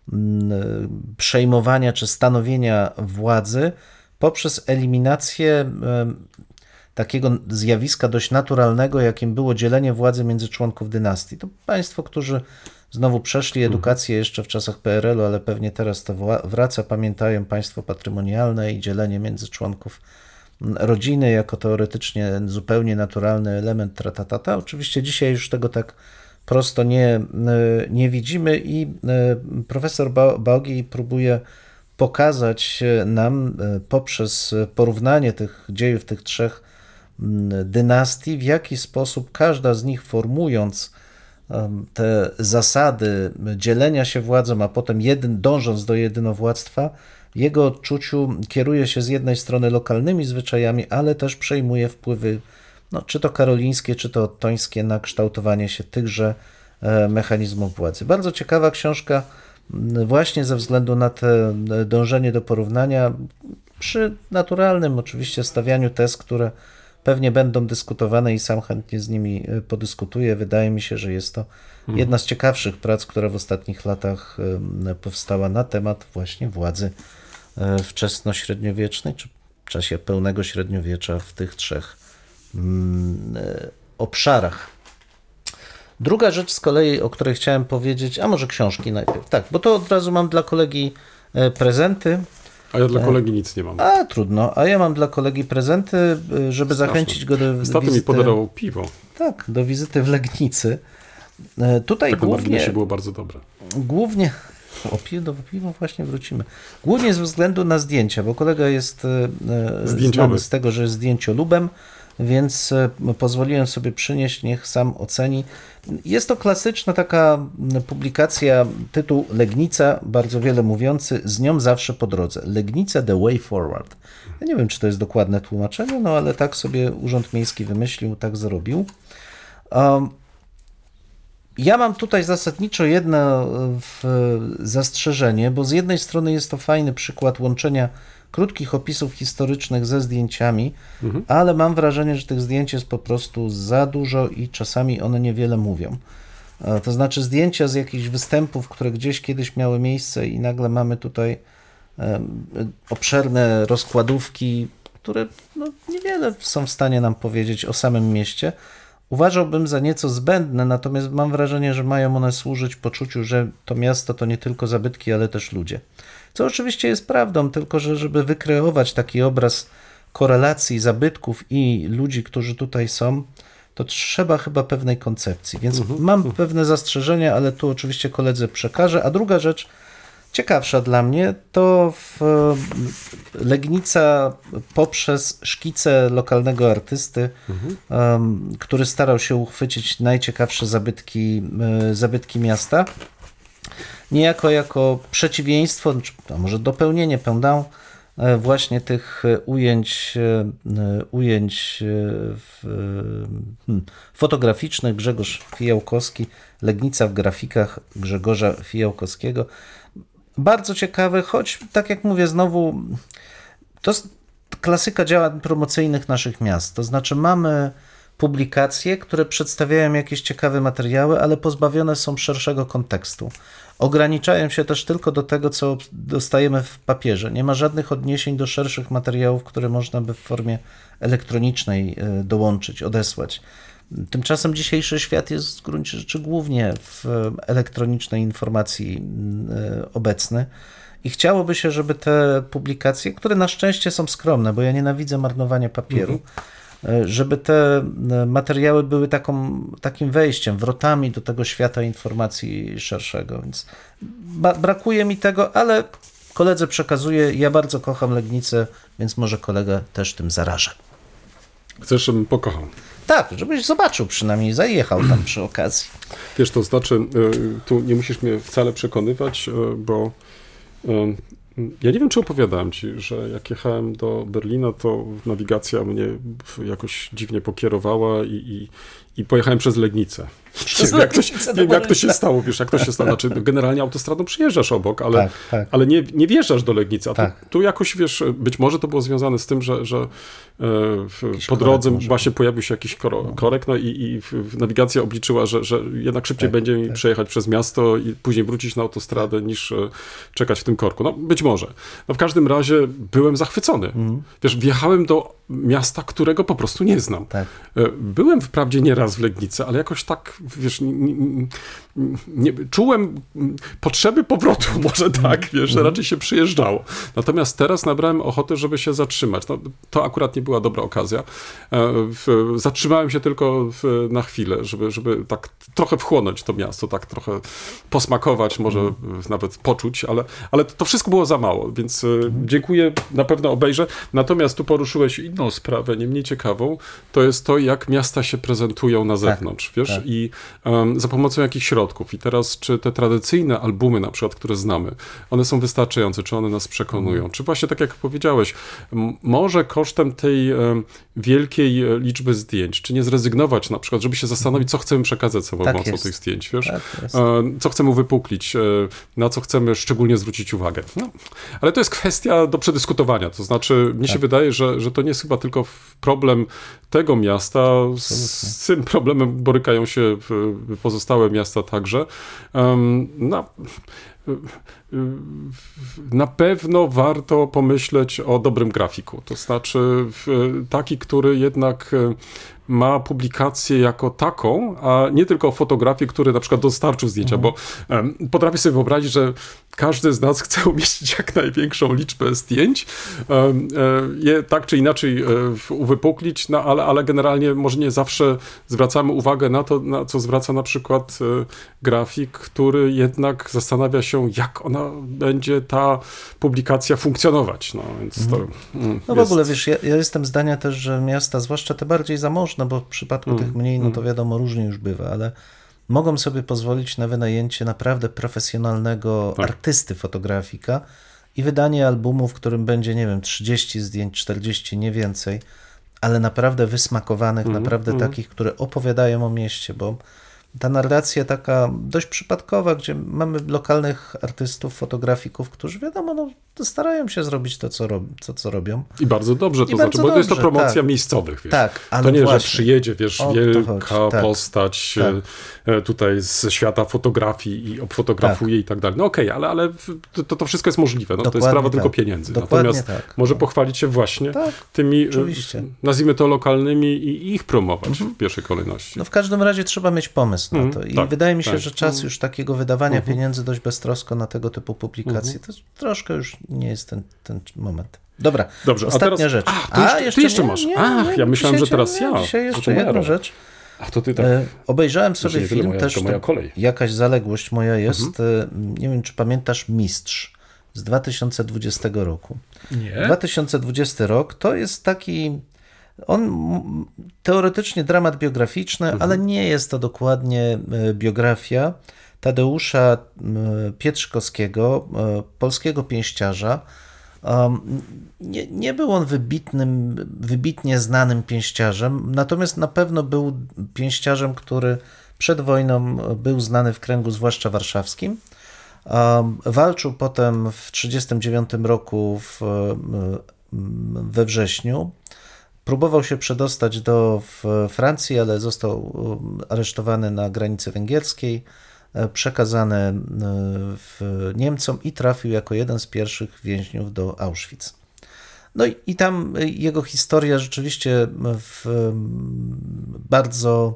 przejmowania czy stanowienia władzy poprzez eliminację takiego zjawiska dość naturalnego, jakim było dzielenie władzy między członków dynastii. To państwo, którzy znowu przeszli edukację jeszcze w czasach P R L u, ale pewnie teraz to wraca, pamiętają państwo patrymonialne i dzielenie między członków rodziny jako teoretycznie zupełnie naturalny element tratatata. Oczywiście dzisiaj już tego tak prosto nie, nie widzimy i profesor Bagi próbuje pokazać nam poprzez porównanie tych dziejów tych trzech dynastii, w jaki sposób każda z nich formując te zasady dzielenia się władzą, a potem jedyn, dążąc do jedynowładztwa, w jego odczuciu kieruje się z jednej strony lokalnymi zwyczajami, ale też przejmuje wpływy, no, czy to karolińskie, czy to ottońskie, na kształtowanie się tychże mechanizmów władzy. Bardzo ciekawa książka, właśnie ze względu na te dążenie do porównania, przy naturalnym oczywiście stawianiu tez, które pewnie będą dyskutowane i sam chętnie z nimi podyskutuję. Wydaje mi się, że jest to jedna z ciekawszych prac, która w ostatnich latach powstała na temat właśnie władzy wczesnośredniowiecznej, czy w czasie pełnego średniowiecza w tych trzech obszarach. Druga rzecz z kolei, o której chciałem powiedzieć, a może książki najpierw. Tak, bo to od razu mam dla kolegi prezenty. A ja dla kolegi nic nie mam. A trudno, a ja mam dla kolegi prezenty, żeby Straszne. zachęcić go do Ostatnio wizyty. mi podarował piwo. Tak, do wizyty w Legnicy. Tutaj tak głównie... się było bardzo dobre. Głównie... O piwo, do piwa właśnie wrócimy. Głównie ze względu na zdjęcia, bo kolega jest znany z tego, że jest zdjęciolubem, więc pozwoliłem sobie przynieść, niech sam oceni. Jest to klasyczna taka publikacja, tytuł Legnica, bardzo wiele mówiący, z nią zawsze po drodze. Legnica The Way Forward. Ja nie wiem, czy to jest dokładne tłumaczenie, no ale tak sobie Urząd Miejski wymyślił, tak zrobił. Um, Ja mam tutaj zasadniczo jedno zastrzeżenie, bo z jednej strony jest to fajny przykład łączenia krótkich opisów historycznych ze zdjęciami, mhm. ale mam wrażenie, że tych zdjęć jest po prostu za dużo i czasami one niewiele mówią. To znaczy zdjęcia z jakichś występów, które gdzieś kiedyś miały miejsce i nagle mamy tutaj obszerne rozkładówki, które no, niewiele są w stanie nam powiedzieć o samym mieście. Uważałbym za nieco zbędne, natomiast mam wrażenie, że mają one służyć poczuciu, że to miasto to nie tylko zabytki, ale też ludzie. Co oczywiście jest prawdą, tylko że żeby wykreować taki obraz korelacji zabytków i ludzi, którzy tutaj są, to trzeba chyba pewnej koncepcji. Więc uh-huh. mam pewne zastrzeżenia, ale tu oczywiście koledze przekażę. A druga rzecz, ciekawsza dla mnie, to w Legnica poprzez szkice lokalnego artysty, mhm. um, który starał się uchwycić najciekawsze zabytki, zabytki miasta, niejako jako przeciwieństwo, a może dopełnienie pendant właśnie tych ujęć, ujęć fotograficznych. Grzegorz Fijałkowski, Legnica w grafikach Grzegorza Fijałkowskiego. Bardzo ciekawe, choć tak jak mówię znowu, to jest klasyka działań promocyjnych naszych miast. To znaczy mamy publikacje, które przedstawiają jakieś ciekawe materiały, ale pozbawione są szerszego kontekstu. Ograniczają się też tylko do tego, co dostajemy w papierze. Nie ma żadnych odniesień do szerszych materiałów, które można by w formie elektronicznej dołączyć, odesłać. Tymczasem dzisiejszy świat jest w gruncie rzeczy głównie w elektronicznej informacji obecny i chciałoby się, żeby te publikacje, które na szczęście są skromne, bo ja nienawidzę marnowania papieru, mhm. żeby te materiały były taką, takim wejściem, wrotami do tego świata informacji szerszego. Więc ba- brakuje mi tego, ale koledze przekazuję, ja bardzo kocham Legnicę, więc może kolega też tym zarażę. Chcesz, żebym pokochał? Tak, żebyś zobaczył przynajmniej, zajechał tam przy okazji. Wiesz, to znaczy, tu nie musisz mnie wcale przekonywać, bo ja nie wiem, czy opowiadałem ci, że jak jechałem do Berlina, to nawigacja mnie jakoś dziwnie pokierowała i, i, i pojechałem przez Legnicę. Nie wiem, jak to się, nie wiem, jak to się stało, wiesz, jak to się stało. Znaczy, generalnie autostradą przyjeżdżasz obok, ale, tak, tak. ale nie, nie wjeżdżasz do Legnicy. A tak. tu, tu jakoś, wiesz, być może to było związane z tym, że, że w, po drodze właśnie pojawił się jakiś korek, no i, i nawigacja obliczyła, że, że jednak szybciej tak, będzie mi tak. przejechać przez miasto i później wrócić na autostradę, tak. niż czekać w tym korku. No być może. No w każdym razie byłem zachwycony. Mhm. Wiesz, wjechałem do miasta, którego po prostu nie znam. Tak. Byłem wprawdzie nieraz w Legnicy, ale jakoś tak, wiesz, nie, nie, nie, czułem potrzeby powrotu, może tak, wiesz, że raczej się przyjeżdżało. Natomiast teraz nabrałem ochoty, żeby się zatrzymać. No, to akurat nie była dobra okazja. Zatrzymałem się tylko na chwilę, żeby, żeby tak trochę wchłonąć to miasto, tak trochę posmakować, może mm. nawet poczuć, ale, ale to wszystko było za mało, więc mm. dziękuję, na pewno obejrzę. Natomiast tu poruszyłeś inną sprawę, nie mniej ciekawą, to jest to, jak miasta się prezentują na zewnątrz, tak, wiesz, tak. i um, za pomocą jakich środków. środków. I teraz, czy te tradycyjne albumy, na przykład, które znamy, one są wystarczające, czy one nas przekonują? Mm. Czy właśnie tak jak powiedziałeś, m- może kosztem tej e, wielkiej liczby zdjęć, czy nie zrezygnować na przykład, żeby się zastanowić, co chcemy przekazać za pomocą tak tych zdjęć, wiesz? Tak e, co chcemy uwypuklić, e, na co chcemy szczególnie zwrócić uwagę. No, ale to jest kwestia do przedyskutowania, to znaczy, mnie tak. się wydaje, że, że to nie jest chyba tylko problem tego miasta, z, z tym problemem borykają się pozostałe miasta także. Um, no, na pewno warto pomyśleć o dobrym grafiku, to znaczy taki, który jednak ma publikację jako taką, a nie tylko fotografię, który na przykład dostarczył zdjęcia, mhm. bo um, potrafię sobie wyobrazić, że każdy z nas chce umieścić jak największą liczbę zdjęć, um, je tak czy inaczej um, uwypuklić, no, ale, ale generalnie może nie zawsze zwracamy uwagę na to, na co zwraca na przykład um, grafik, który jednak zastanawia się, jak ona będzie ta publikacja funkcjonować. No, więc to, mm, no w jest... ogóle, wiesz, ja, ja jestem zdania też, że miasta, zwłaszcza te bardziej zamożne, no bo w przypadku mm, tych mniej, no to wiadomo, różnie już bywa, ale mogą sobie pozwolić na wynajęcie naprawdę profesjonalnego tak. artysty fotografika i wydanie albumu, w którym będzie, nie wiem, trzydzieści zdjęć, czterdzieści, nie więcej, ale naprawdę wysmakowanych, mm, naprawdę mm. takich, które opowiadają o mieście, bo ta narracja taka dość przypadkowa, gdzie mamy lokalnych artystów, fotografików, którzy wiadomo, no, starają się zrobić to, co, rob, to, co robią. I bardzo dobrze, to I znaczy, bo dobrze, to jest to promocja tak. miejscowych, wiesz. Tak, ale to nie, właśnie. że przyjedzie, wiesz, o, wielka tak. postać tak. tutaj z świata fotografii i obfotografuje tak. i tak dalej. No okej, okay, ale, ale to, to wszystko jest możliwe. No, to jest sprawa tak. tylko pieniędzy. Dokładnie Natomiast tak. może pochwalić się właśnie tak, tymi, oczywiście. nazwijmy to lokalnymi i ich promować mhm. w pierwszej kolejności. No w każdym razie trzeba mieć pomysł na to. I tak, wydaje mi się, tak. że czas już takiego wydawania mhm. pieniędzy dość beztrosko na tego typu publikacje, mhm. to troszkę już nie jest ten, ten moment. Dobra, Dobrze, ostatnia a teraz, rzecz. A, to jeszcze, a, jeszcze ty jeszcze nie, masz. Nie, Ach, nie, ja myślałem, że teraz nie, ja. Dzisiaj jeszcze jedną rzecz. Ach, to ty tak. E, obejrzałem sobie nie film, moja, też to moja kolej. Jakaś zaległość moja jest. Mhm. Nie wiem, czy pamiętasz Mistrz z dwa tysiące dwudziestego roku. Nie. dwa tysiące dwudziesty rok to jest taki... On teoretycznie dramat biograficzny, mhm. ale nie jest to dokładnie biografia Tadeusza Pietrzkowskiego, polskiego pięściarza. Nie, nie był on wybitnym, wybitnie znanym pięściarzem, natomiast na pewno był pięściarzem, który przed wojną był znany w kręgu zwłaszcza warszawskim. Walczył potem w tysiąc dziewięćset trzydziestym dziewiątym roku w, we wrześniu. Próbował się przedostać do Francji, ale został aresztowany na granicy węgierskiej, przekazany w Niemcom i trafił jako jeden z pierwszych więźniów do Auschwitz. No i, i tam jego historia rzeczywiście w, bardzo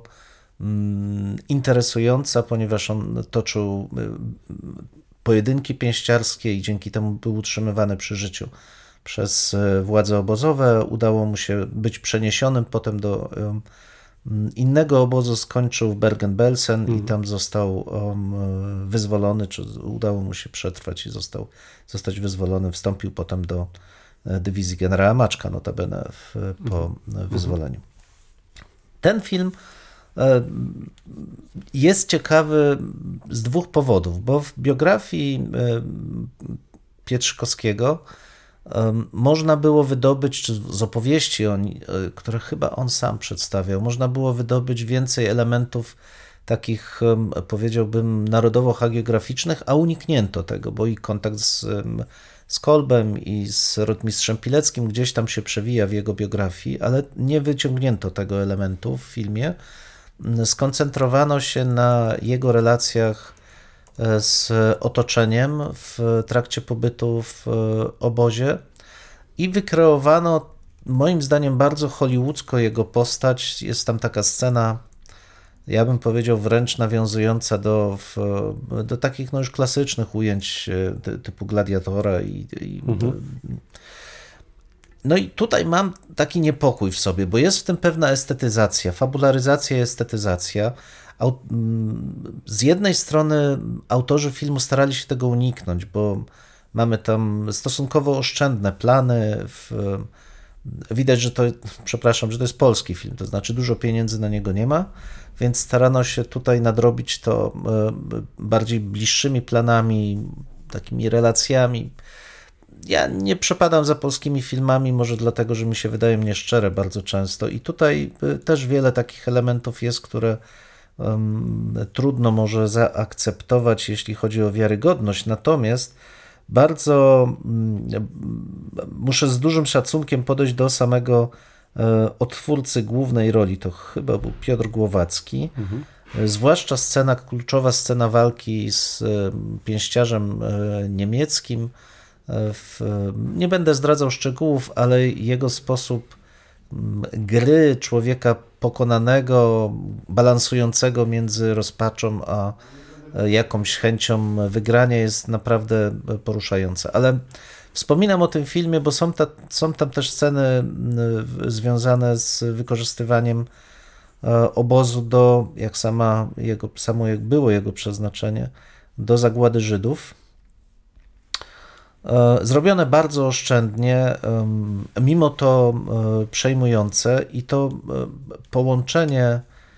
interesująca, ponieważ on toczył pojedynki pięściarskie i dzięki temu był utrzymywany przy życiu przez władze obozowe. Udało mu się być przeniesionym potem do innego obozu, skończył w Bergen-Belsen mhm. i tam został wyzwolony, czy udało mu się przetrwać i został, zostać wyzwolony. Wstąpił potem do dywizji generała Maczka, notabene w, po mhm. wyzwoleniu. Ten film jest ciekawy z dwóch powodów, bo w biografii Pietrzkowskiego można było wydobyć, czy z opowieści, on, które chyba on sam przedstawiał, można było wydobyć więcej elementów takich, powiedziałbym, narodowo-hagiograficznych, a uniknięto tego, bo i kontakt z, z Kolbem i z rotmistrzem Pileckim gdzieś tam się przewija w jego biografii, ale nie wyciągnięto tego elementu w filmie. Skoncentrowano się na jego relacjach z otoczeniem w trakcie pobytu w obozie i wykreowano, moim zdaniem, bardzo hollywoodzko jego postać. Jest tam taka scena, ja bym powiedział, wręcz nawiązująca do, do takich no już klasycznych ujęć typu Gladiatora i, i mhm. No i tutaj mam taki niepokój w sobie, bo jest w tym pewna estetyzacja, fabularyzacja i estetyzacja. Z jednej strony autorzy filmu starali się tego uniknąć, bo mamy tam stosunkowo oszczędne plany, w, widać, że to, przepraszam, że to jest polski film, to znaczy dużo pieniędzy na niego nie ma, więc starano się tutaj nadrobić to bardziej bliższymi planami, takimi relacjami. Ja nie przepadam za polskimi filmami, może dlatego, że mi się wydają nieszczere bardzo często i tutaj też wiele takich elementów jest, które um, trudno może zaakceptować, jeśli chodzi o wiarygodność, natomiast bardzo um, muszę z dużym szacunkiem podejść do samego e, odtwórcy głównej roli, to chyba był Piotr Głowacki, mhm. Zwłaszcza scena, kluczowa scena walki z e, pięściarzem e, niemieckim. W, nie będę zdradzał szczegółów, ale jego sposób gry człowieka pokonanego, balansującego między rozpaczą a jakąś chęcią wygrania jest naprawdę poruszające. Ale wspominam o tym filmie, bo są, ta, są tam też sceny związane z wykorzystywaniem obozu do, jak sama jego, samo jak było jego przeznaczenie, do zagłady Żydów. Zrobione bardzo oszczędnie, mimo to przejmujące i to połączenie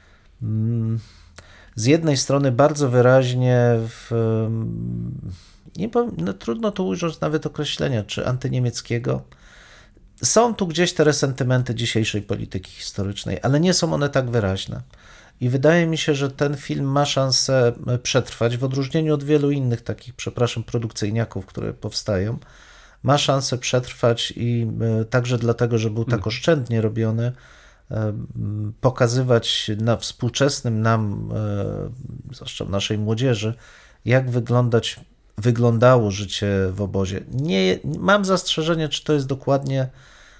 z jednej strony bardzo wyraźnie w, nie powiem, no trudno tu użyć nawet określenia, czy antyniemieckiego. Są tu gdzieś te resentymenty dzisiejszej polityki historycznej, ale nie są one tak wyraźne. I wydaje mi się, że ten film ma szansę przetrwać, w odróżnieniu od wielu innych takich, przepraszam, produkcyjniaków, które powstają. Ma szansę przetrwać i także dlatego, że był tak oszczędnie robiony, pokazywać na współczesnym nam, zwłaszcza naszej młodzieży, jak wyglądać, wyglądało życie w obozie. Nie, mam zastrzeżenie, czy to jest dokładnie...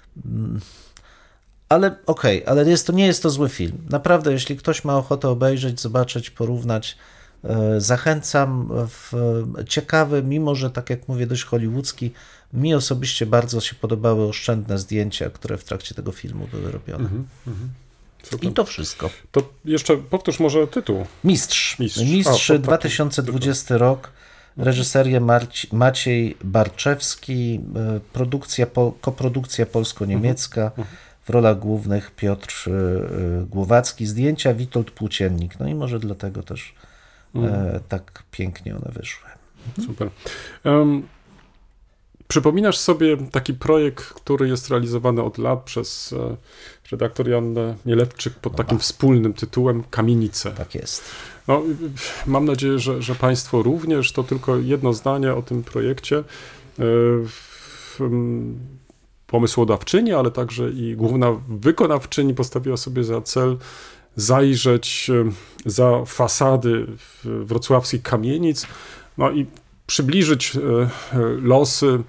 Ale okej, okay, ale jest to, nie jest to zły film. Naprawdę, jeśli ktoś ma ochotę obejrzeć, zobaczyć, porównać, zachęcam. W ciekawy, mimo że tak jak mówię, dość hollywoodzki, mi osobiście bardzo się podobały oszczędne zdjęcia, które w trakcie tego filmu były robione. Mm-hmm. I to wszystko. To jeszcze powtórz może tytuł. Mistrz. Mistrz, Mistrz o, dwa tysiące dwudziesty rok. Reżyserię Marci- Maciej Barczewski, produkcja, po, koprodukcja polsko-niemiecka. Mm-hmm. W rolach głównych Piotr Głowacki, zdjęcia Witold Płóciennik. No i może dlatego też mm. e, tak pięknie one wyszły. Super. Um, przypominasz sobie taki projekt, który jest realizowany od lat przez e, redaktor Joannę Mielewczyk pod no takim ba. wspólnym tytułem Kamienice. Tak jest. No, mam nadzieję, że, że Państwo również. To tylko jedno zdanie o tym projekcie. E, w, pomysłodawczyni, ale także i główna wykonawczyni postawiła sobie za cel zajrzeć za fasady wrocławskich kamienic, no i przybliżyć losy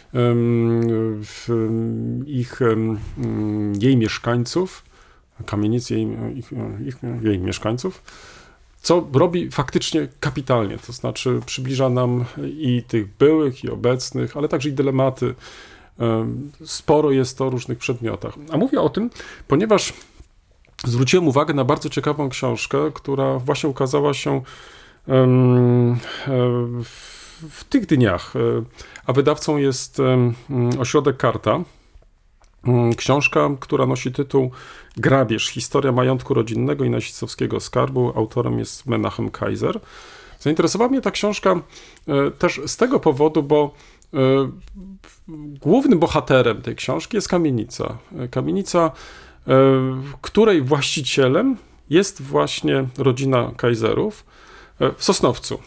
ich, jej mieszkańców, kamienic jej, ich, ich, jej mieszkańców, co robi faktycznie kapitalnie, to znaczy przybliża nam i tych byłych, i obecnych, ale także i dylematy. Sporo jest to o różnych przedmiotach. A mówię o tym, ponieważ zwróciłem uwagę na bardzo ciekawą książkę, która właśnie ukazała się w tych dniach, a wydawcą jest Ośrodek Karta. Książka, która nosi tytuł Grabież. Historia majątku rodzinnego i nazistowskiego skarbu. Autorem jest Menachem Kaiser. Zainteresowała mnie ta książka też z tego powodu, bo głównym bohaterem tej książki jest kamienica. Kamienica, której właścicielem jest właśnie rodzina Kaiserów w Sosnowcu.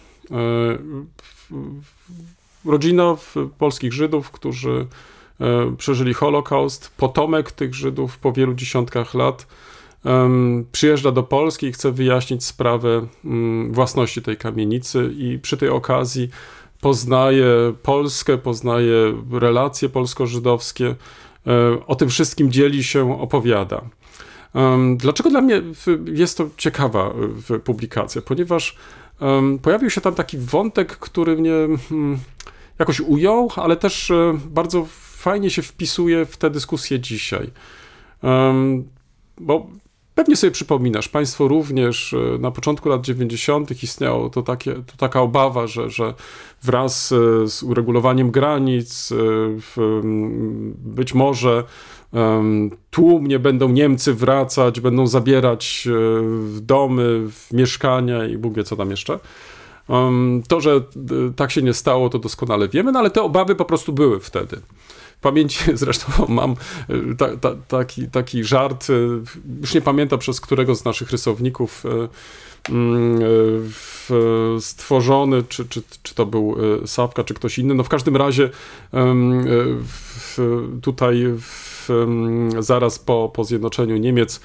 Rodzina polskich Żydów, którzy przeżyli Holokaust. Potomek tych Żydów po wielu dziesiątkach lat przyjeżdża do Polski i chce wyjaśnić sprawę własności tej kamienicy i przy tej okazji poznaje Polskę, poznaje relacje polsko-żydowskie, o tym wszystkim dzieli się, opowiada. Dlaczego dla mnie jest to ciekawa publikacja? Ponieważ pojawił się tam taki wątek, który mnie jakoś ujął, ale też bardzo fajnie się wpisuje w tę dyskusję dzisiaj. Bo Pewnie sobie przypominasz, państwo również, na początku lat dziewięćdziesiątych istniało to, takie, to taka obawa, że, że wraz z uregulowaniem granic być może tłumnie będą Niemcy wracać, będą zabierać domy, mieszkania i Bóg wie co tam jeszcze. To, że tak się nie stało, to doskonale wiemy, no ale te obawy po prostu były wtedy. W pamięci zresztą mam ta, ta, taki, taki żart, już nie pamiętam przez którego z naszych rysowników stworzony, czy, czy, czy to był Sawka, czy ktoś inny. No w każdym razie tutaj w, zaraz po, po zjednoczeniu Niemiec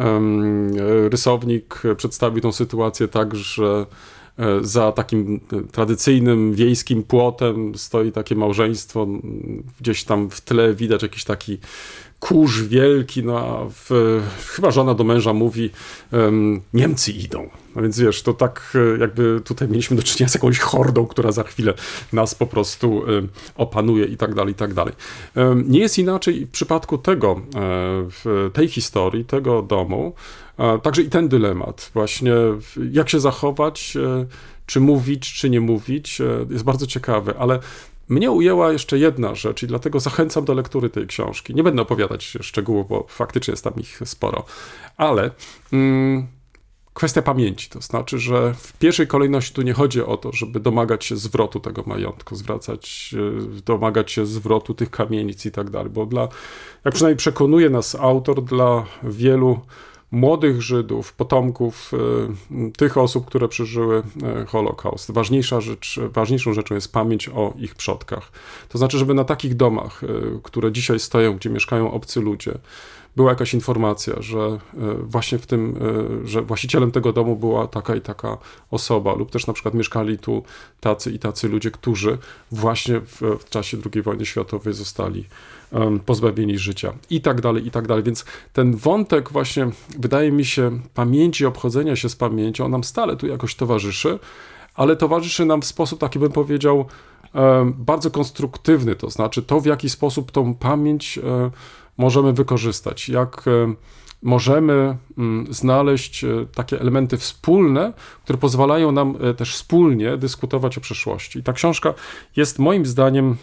rysownik przedstawił tą sytuację tak, że za takim tradycyjnym wiejskim płotem stoi takie małżeństwo, gdzieś tam w tle widać jakiś taki kurz wielki, no a w, chyba żona do męża mówi um, Niemcy idą. No więc wiesz, to tak jakby tutaj mieliśmy do czynienia z jakąś hordą, która za chwilę nas po prostu um, opanuje i tak dalej, i tak dalej. Um, nie jest inaczej w przypadku tego, um, w tej historii, tego domu, um, także i ten dylemat właśnie, jak się zachować, um, czy mówić, czy nie mówić, um, jest bardzo ciekawy, ale mnie ujęła jeszcze jedna rzecz i dlatego zachęcam do lektury tej książki. Nie będę opowiadać szczegółów, bo faktycznie jest tam ich sporo, ale mm, kwestia pamięci, to znaczy, że w pierwszej kolejności tu nie chodzi o to, żeby domagać się zwrotu tego majątku, zwracać, domagać się zwrotu tych kamienic i tak dalej, bo dla, jak przynajmniej przekonuje nas autor, dla wielu młodych Żydów, potomków y, tych osób, które przeżyły y, Holokaust. Ważniejsza rzecz, ważniejszą rzeczą jest pamięć o ich przodkach. To znaczy, żeby na takich domach, y, które dzisiaj stoją, gdzie mieszkają obcy ludzie, była jakaś informacja, że y, właśnie w tym, y, że właścicielem tego domu była taka i taka osoba, lub też na przykład mieszkali tu tacy i tacy ludzie, którzy właśnie w, w czasie drugiej wojny światowej zostali pozbawieni życia i tak dalej, i tak dalej. Więc ten wątek właśnie, wydaje mi się, pamięci, obchodzenia się z pamięcią, on nam stale tu jakoś towarzyszy, ale towarzyszy nam w sposób, taki bym powiedział, bardzo konstruktywny, to znaczy to, w jaki sposób tą pamięć możemy wykorzystać, jak możemy znaleźć takie elementy wspólne, które pozwalają nam też wspólnie dyskutować o przeszłości. I ta książka jest moim zdaniem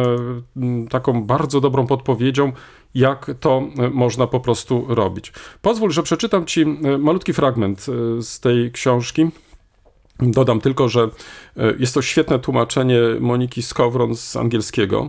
taką bardzo dobrą podpowiedzią, jak to można po prostu robić. Pozwól, że przeczytam ci malutki fragment z tej książki. Dodam tylko, że jest to świetne tłumaczenie Moniki Skowron z angielskiego.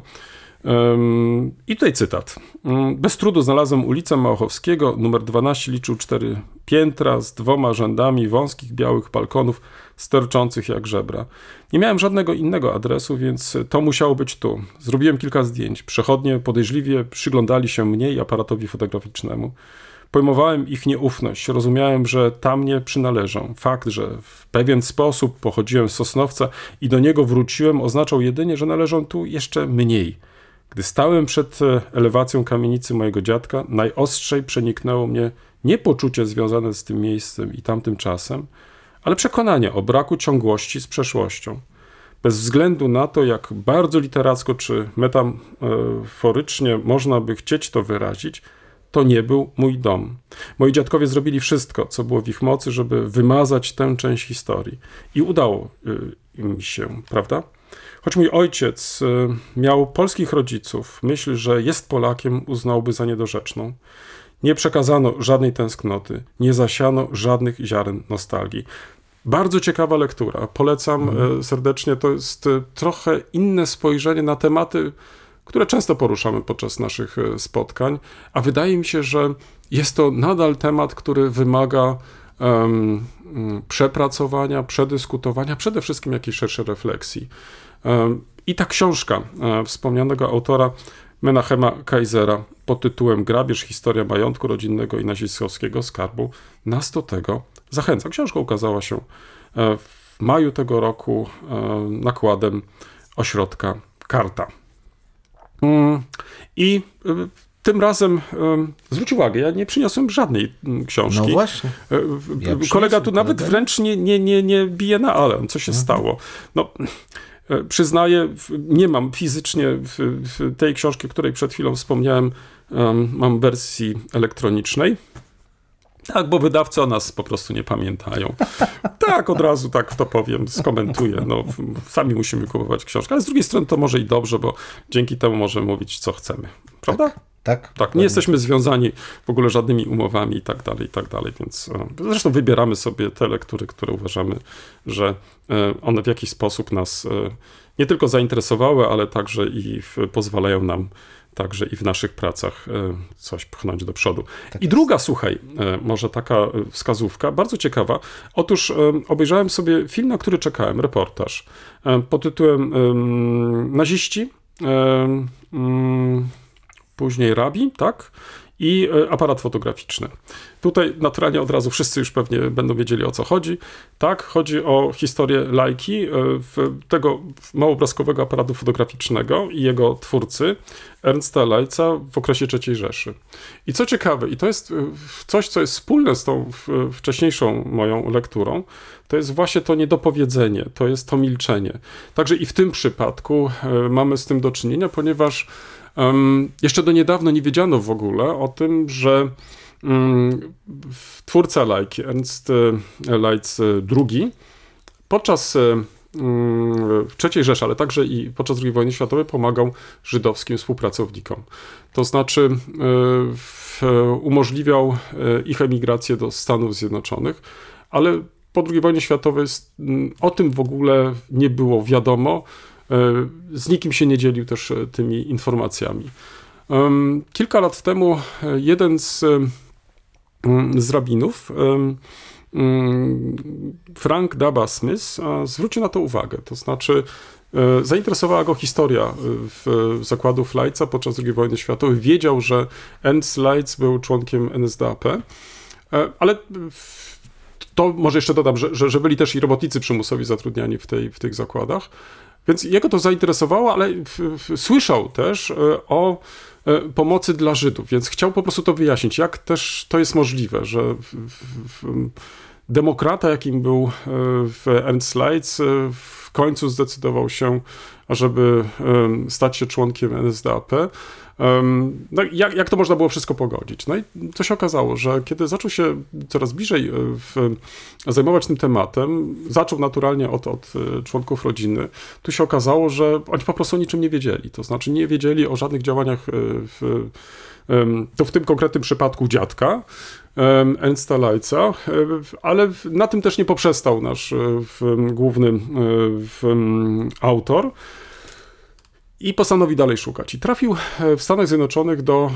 I tutaj cytat. Bez trudu znalazłem ulicę Małachowskiego, numer dwanaście, liczył cztery piętra z dwoma rzędami wąskich białych balkonów sterczących jak żebra. Nie miałem żadnego innego adresu, więc to musiało być tu. Zrobiłem kilka zdjęć. Przechodnie podejrzliwie przyglądali się mnie i aparatowi fotograficznemu. Pojmowałem ich nieufność, rozumiałem, że tam nie przynależą. Fakt, że w pewien sposób pochodziłem z Sosnowca i do niego wróciłem, oznaczał jedynie, że należą tu jeszcze mniej. Gdy stałem przed elewacją kamienicy mojego dziadka, najostrzej przeniknęło mnie nie poczucie związane z tym miejscem i tamtym czasem, ale przekonanie o braku ciągłości z przeszłością. Bez względu na to, jak bardzo literacko czy metaforycznie można by chcieć to wyrazić, to nie był mój dom. Moi dziadkowie zrobili wszystko, co było w ich mocy, żeby wymazać tę część historii. I udało im się, prawda? Choć mój ojciec miał polskich rodziców, myśl, że jest Polakiem, uznałby za niedorzeczną. Nie przekazano żadnej tęsknoty, nie zasiano żadnych ziaren nostalgii. Bardzo ciekawa lektura, polecam mhm. serdecznie. To jest trochę inne spojrzenie na tematy, które często poruszamy podczas naszych spotkań, a wydaje mi się, że jest to nadal temat, który wymaga um, przepracowania, przedyskutowania, przede wszystkim jakiejś szerszej refleksji. Um, I ta książka um, wspomnianego autora Menachema Kaisera pod tytułem Grabież, historia majątku rodzinnego i nazistowskiego skarbu nas do tego zachęca. Książka ukazała się w maju tego roku um, nakładem ośrodka Karta. I tym razem zwróć uwagę, ja nie przyniosłem żadnej książki. No właśnie. Ja kolega tu nawet kolega. wręcz nie, nie, nie, nie bije na alarm, co się mhm. stało. No, przyznaję, nie mam fizycznie w, w tej książki, o której przed chwilą wspomniałem, mam wersji elektronicznej. Tak, bo wydawcy o nas po prostu nie pamiętają. Tak, od razu tak to powiem, skomentuję. No, sami musimy kupować książkę, ale z drugiej strony to może i dobrze, bo dzięki temu możemy mówić, co chcemy. Prawda? Tak. Tak, tak, nie jesteśmy związani w ogóle żadnymi umowami i tak dalej, i tak dalej, więc zresztą wybieramy sobie te lektury, które uważamy, że one w jakiś sposób nas nie tylko zainteresowały, ale także i w, pozwalają nam także i w naszych pracach coś pchnąć do przodu. Tak I jest. Druga, słuchaj, może taka wskazówka, bardzo ciekawa. Otóż obejrzałem sobie film, na który czekałem, reportaż pod tytułem Naziści, później Rabin, tak? I aparat fotograficzny. Tutaj naturalnie od razu wszyscy już pewnie będą wiedzieli, o co chodzi. Tak, chodzi o historię Lajki, tego małobrazkowego aparatu fotograficznego i jego twórcy, Ernsta Leitza, w okresie trzeciej Rzeszy. I co ciekawe, i to jest coś, co jest wspólne z tą wcześniejszą moją lekturą, to jest właśnie to niedopowiedzenie, to jest to milczenie. Także i w tym przypadku mamy z tym do czynienia, ponieważ Um, jeszcze do niedawno nie wiedziano w ogóle o tym, że um, twórca Lajki, Ernst Leitz drugi, podczas um, w trzeciej Rzeszy, ale także i podczas drugiej wojny światowej pomagał żydowskim współpracownikom. To znaczy um, w, umożliwiał ich emigrację do Stanów Zjednoczonych, ale po drugiej wojnie światowej um, o tym w ogóle nie było wiadomo. Z nikim się nie dzielił też tymi informacjami. Kilka lat temu jeden z, z rabinów, Frank Daba Smith, zwrócił na to uwagę. To znaczy zainteresowała go historia zakładów Leitza podczas drugiej wojny światowej. Wiedział, że Ernst Leitz był członkiem N S D A P, ale to może jeszcze dodam, że, że, że byli też i robotnicy przymusowi zatrudniani w, tej, w tych zakładach. Więc jego to zainteresowało, ale w, w, słyszał też o e, pomocy dla Żydów, więc chciał po prostu to wyjaśnić, jak też to jest możliwe, że w, w, w, demokrata, jakim był w Ernst Leitz, w końcu zdecydował się, ażeby stać się członkiem N S D A P. No, jak, jak to można było wszystko pogodzić? No i to się okazało, że kiedy zaczął się coraz bliżej w, zajmować tym tematem, zaczął naturalnie od, od członków rodziny, tu się okazało, że oni po prostu o niczym nie wiedzieli. To znaczy nie wiedzieli o żadnych działaniach w, to w tym konkretnym przypadku dziadka, Ernsta Leitza, ale na tym też nie poprzestał nasz główny autor i postanowił dalej szukać. I trafił w Stanach Zjednoczonych do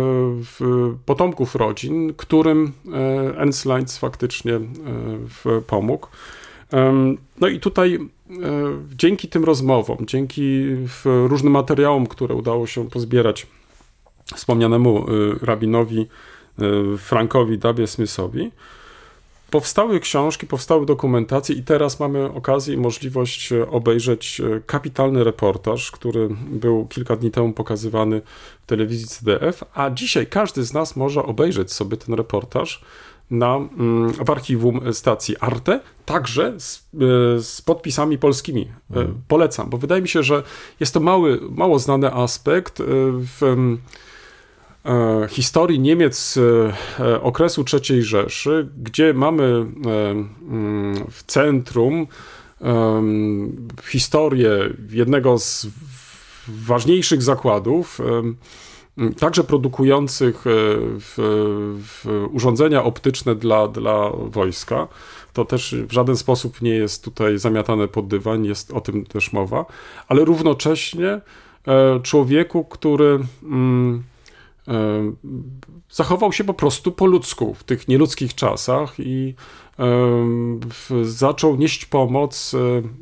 potomków rodzin, którym Ernst Leitz faktycznie pomógł. No i tutaj dzięki tym rozmowom, dzięki różnym materiałom, które udało się pozbierać wspomnianemu rabinowi Frankowi Dabie Smithowi, powstały książki, powstały dokumentacje i teraz mamy okazję i możliwość obejrzeć kapitalny reportaż, który był kilka dni temu pokazywany w telewizji C D F, a dzisiaj każdy z nas może obejrzeć sobie ten reportaż na, w archiwum stacji Arte, także z, z podpisami polskimi. Mm. Polecam, bo wydaje mi się, że jest to mały, mało znany aspekt w historii Niemiec okresu trzeciej Rzeszy, gdzie mamy w centrum historię jednego z ważniejszych zakładów, także produkujących w, w urządzenia optyczne dla, dla wojska. To też w żaden sposób nie jest tutaj zamiatane pod dywan, jest o tym też mowa, ale równocześnie człowieku, który zachował się po prostu po ludzku w tych nieludzkich czasach i zaczął nieść pomoc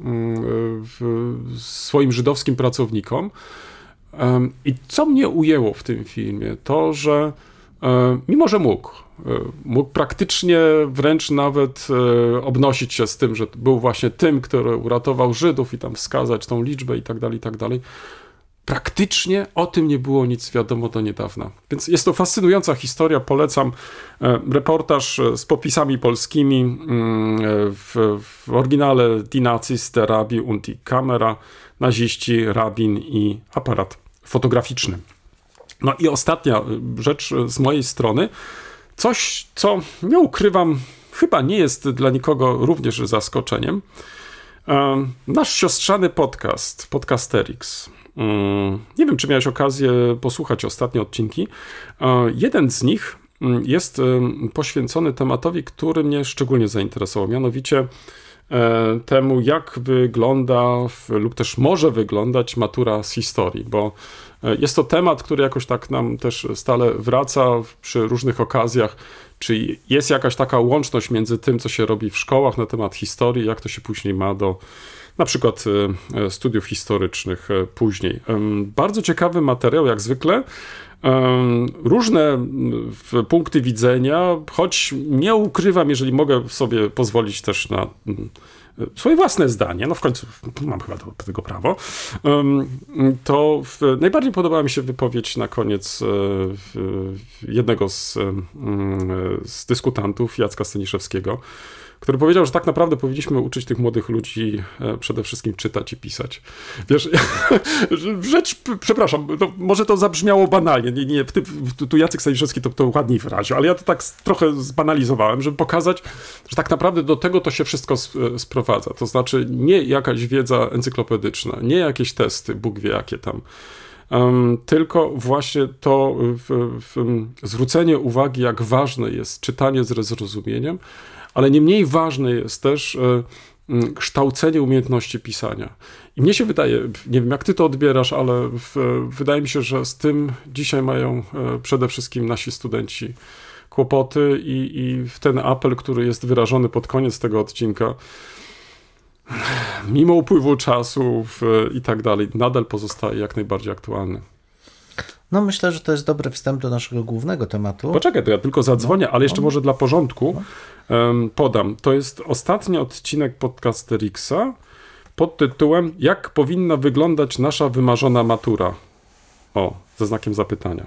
swoim żydowskim pracownikom. I co mnie ujęło w tym filmie, to, że mimo, że mógł, mógł praktycznie wręcz nawet obnosić się z tym, że był właśnie tym, który uratował Żydów i tam wskazać tą liczbę i tak dalej, i tak dalej, praktycznie o tym nie było nic wiadomo do niedawna. Więc jest to fascynująca historia, polecam reportaż z podpisami polskimi w, w oryginale Die Nazis, der Rabbi und die Kamera, naziści, rabin i aparat fotograficzny. No i ostatnia rzecz z mojej strony, coś, co, nie ukrywam, chyba nie jest dla nikogo również zaskoczeniem. Nasz siostrzany podcast, Podcasterix. Nie wiem, czy miałeś okazję posłuchać ostatnie odcinki. Jeden z nich jest poświęcony tematowi, który mnie szczególnie zainteresował, mianowicie temu, jak wygląda lub też może wyglądać matura z historii, bo jest to temat, który jakoś tak nam też stale wraca przy różnych okazjach, czy jest jakaś taka łączność między tym, co się robi w szkołach na temat historii, jak to się później ma do na przykład studiów historycznych później. Bardzo ciekawy materiał, jak zwykle. Różne punkty widzenia, choć nie ukrywam, jeżeli mogę sobie pozwolić też na swoje własne zdanie, no w końcu mam chyba do tego prawo, to w, najbardziej podobała mi się wypowiedź na koniec jednego z, z dyskutantów, Jacka Staniszewskiego, który powiedział, że tak naprawdę powinniśmy uczyć tych młodych ludzi przede wszystkim czytać i pisać. Wiesz, rzecz, przepraszam, no, może to zabrzmiało banalnie, nie, nie, tu Jacek Staniszewski to, to ładniej wyraził, ale ja to tak trochę zbanalizowałem, żeby pokazać, że tak naprawdę do tego to się wszystko sprowadza. To znaczy nie jakaś wiedza encyklopedyczna, nie jakieś testy, Bóg wie jakie tam, Um, tylko właśnie to w, w, zwrócenie uwagi, jak ważne jest czytanie z zrozumieniem, ale nie mniej ważne jest też e, kształcenie umiejętności pisania. I mnie się wydaje, nie wiem jak ty to odbierasz, ale w, wydaje mi się, że z tym dzisiaj mają e, przede wszystkim nasi studenci kłopoty i, i ten apel, który jest wyrażony pod koniec tego odcinka, mimo upływu czasu w, i tak dalej, nadal pozostaje jak najbardziej aktualny. No myślę, że to jest dobry wstęp do naszego głównego tematu. Poczekaj, to ja tylko zadzwonię, ale jeszcze no. może dla porządku um, podam. To jest ostatni odcinek Podcasterixa pod tytułem Jak powinna wyglądać nasza wymarzona matura? O, ze znakiem zapytania.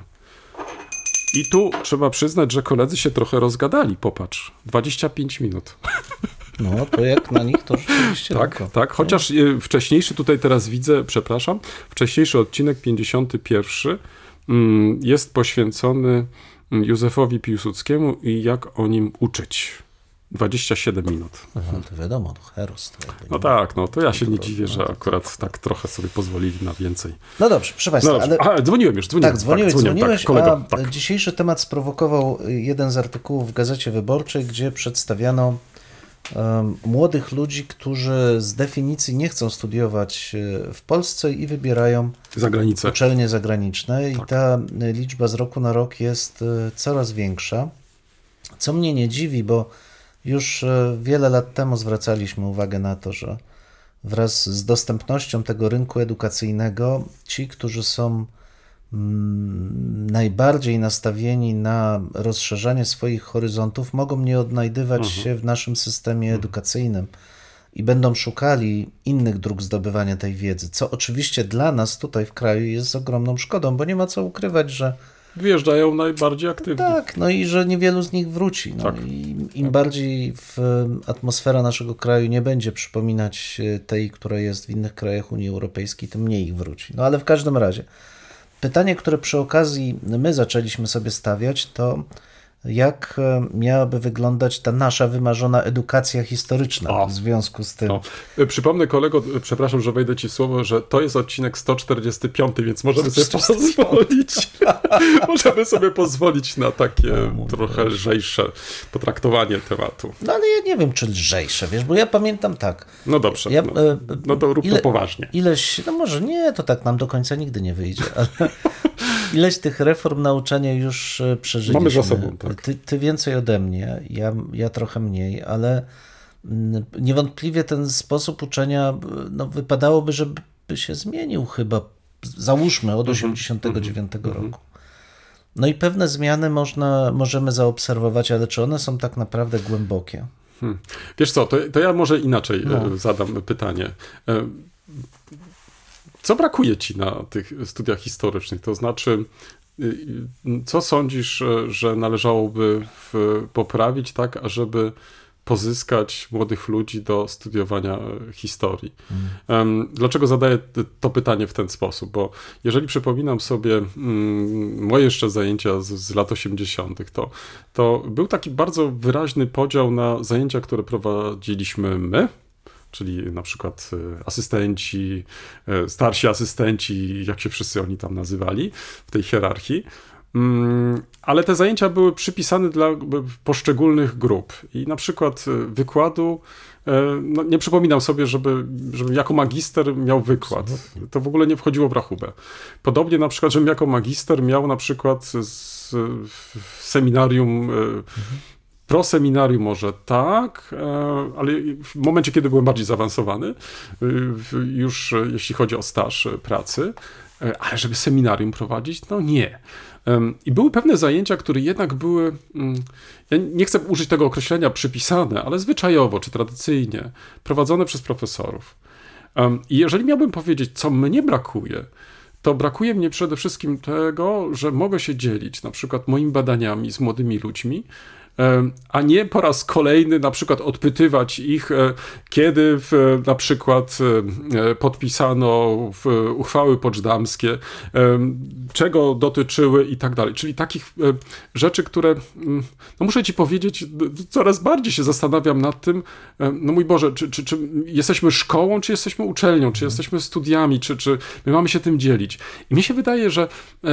I tu trzeba przyznać, że koledzy się trochę rozgadali. Popatrz, dwadzieścia pięć minut. No, to jak na nich to rzeczywiście tak, tylko. tak, chociaż no. wcześniejszy, tutaj teraz widzę, przepraszam, wcześniejszy odcinek pięćdziesiąty pierwszy jest poświęcony Józefowi Piłsudskiemu i jak o nim uczyć. dwadzieścia siedem minut. No, to wiadomo, to heros. To no tak, no to ja się nie dziwię, że akurat tak trochę sobie pozwolili na więcej. No dobrze, proszę Państwa. No ale... Aha, dzwoniłem już, dzwoniłem. Tak, dzwoniłeś, tak, dzwoniłem, dzwoniłeś, tak, kolego, a tak. Dzisiejszy temat sprowokował jeden z artykułów w Gazecie Wyborczej, gdzie przedstawiano um, młodych ludzi, którzy z definicji nie chcą studiować w Polsce i wybierają za granicę. Uczelnie zagraniczne i tak. ta liczba z roku na rok jest coraz większa, co mnie nie dziwi, bo już wiele lat temu zwracaliśmy uwagę na to, że wraz z dostępnością tego rynku edukacyjnego ci, którzy są mm, najbardziej nastawieni na rozszerzanie swoich horyzontów, mogą nie odnajdywać mhm. się w naszym systemie mhm. edukacyjnym i będą szukali innych dróg zdobywania tej wiedzy, co oczywiście dla nas tutaj w kraju jest ogromną szkodą, bo nie ma co ukrywać, że wyjeżdżają najbardziej aktywnie. Tak, no i że niewielu z nich wróci. No tak. I im tak. bardziej w atmosfera naszego kraju nie będzie przypominać tej, która jest w innych krajach Unii Europejskiej, tym mniej ich wróci. No ale w każdym razie, pytanie, które przy okazji my zaczęliśmy sobie stawiać, to jak miałaby wyglądać ta nasza wymarzona edukacja historyczna o, w związku z tym. O. Przypomnę kolego, przepraszam, że wejdę ci w słowo, że to jest odcinek sto czterdziesty piąty, więc możemy sobie pozwolić możemy sobie pozwolić na takie no, trochę wiesz. lżejsze potraktowanie tematu. No ale ja nie wiem, czy lżejsze, wiesz, bo ja pamiętam tak. No dobrze, ja, no, no to rób ile, to poważnie. Ileś, no może nie, to tak nam do końca nigdy nie wyjdzie, ale ileś tych reform nauczania już przeżyliśmy. Mamy za sobą, tak. Ty, ty więcej ode mnie, ja, ja trochę mniej, ale niewątpliwie ten sposób uczenia, no wypadałoby, żeby się zmienił chyba, załóżmy, od osiemdziesiątego dziewiątego mm-hmm. roku. No i pewne zmiany można, możemy zaobserwować, ale czy one są tak naprawdę głębokie? Hmm. Wiesz co, to, to ja może inaczej no. zadam pytanie. Co brakuje ci na tych studiach historycznych? To znaczy, co sądzisz, że należałoby poprawić tak, ażeby pozyskać młodych ludzi do studiowania historii. Mm. Dlaczego zadaję to pytanie w ten sposób? Bo jeżeli przypominam sobie mm, moje jeszcze zajęcia z, z lat osiemdziesiątych, to, to był taki bardzo wyraźny podział na zajęcia, które prowadziliśmy my, czyli na przykład asystenci, starsi asystenci, jak się wszyscy oni tam nazywali w tej hierarchii. Ale te zajęcia były przypisane dla poszczególnych grup i na przykład wykładu, no nie przypominam sobie, żeby, żeby jako magister miał wykład. To w ogóle nie wchodziło w rachubę. Podobnie na przykład, żebym jako magister miał na przykład z, w seminarium, mhm. proseminarium może tak, ale w momencie, kiedy byłem bardziej zaawansowany, już jeśli chodzi o staż pracy, ale żeby seminarium prowadzić, no nie. I były pewne zajęcia, które jednak były, ja nie chcę użyć tego określenia przypisane, ale zwyczajowo czy tradycyjnie prowadzone przez profesorów. I jeżeli miałbym powiedzieć, co mnie brakuje, to brakuje mnie przede wszystkim tego, że mogę się dzielić na przykład moimi badaniami z młodymi ludźmi, a nie po raz kolejny na przykład odpytywać ich, kiedy w, na przykład podpisano w uchwały poczdamskie, czego dotyczyły i tak dalej. Czyli takich rzeczy, które, no muszę ci powiedzieć, coraz bardziej się zastanawiam nad tym, no mój Boże, czy, czy, czy jesteśmy szkołą, czy jesteśmy uczelnią, czy jesteśmy studiami, czy, czy my mamy się tym dzielić. I mi się wydaje, że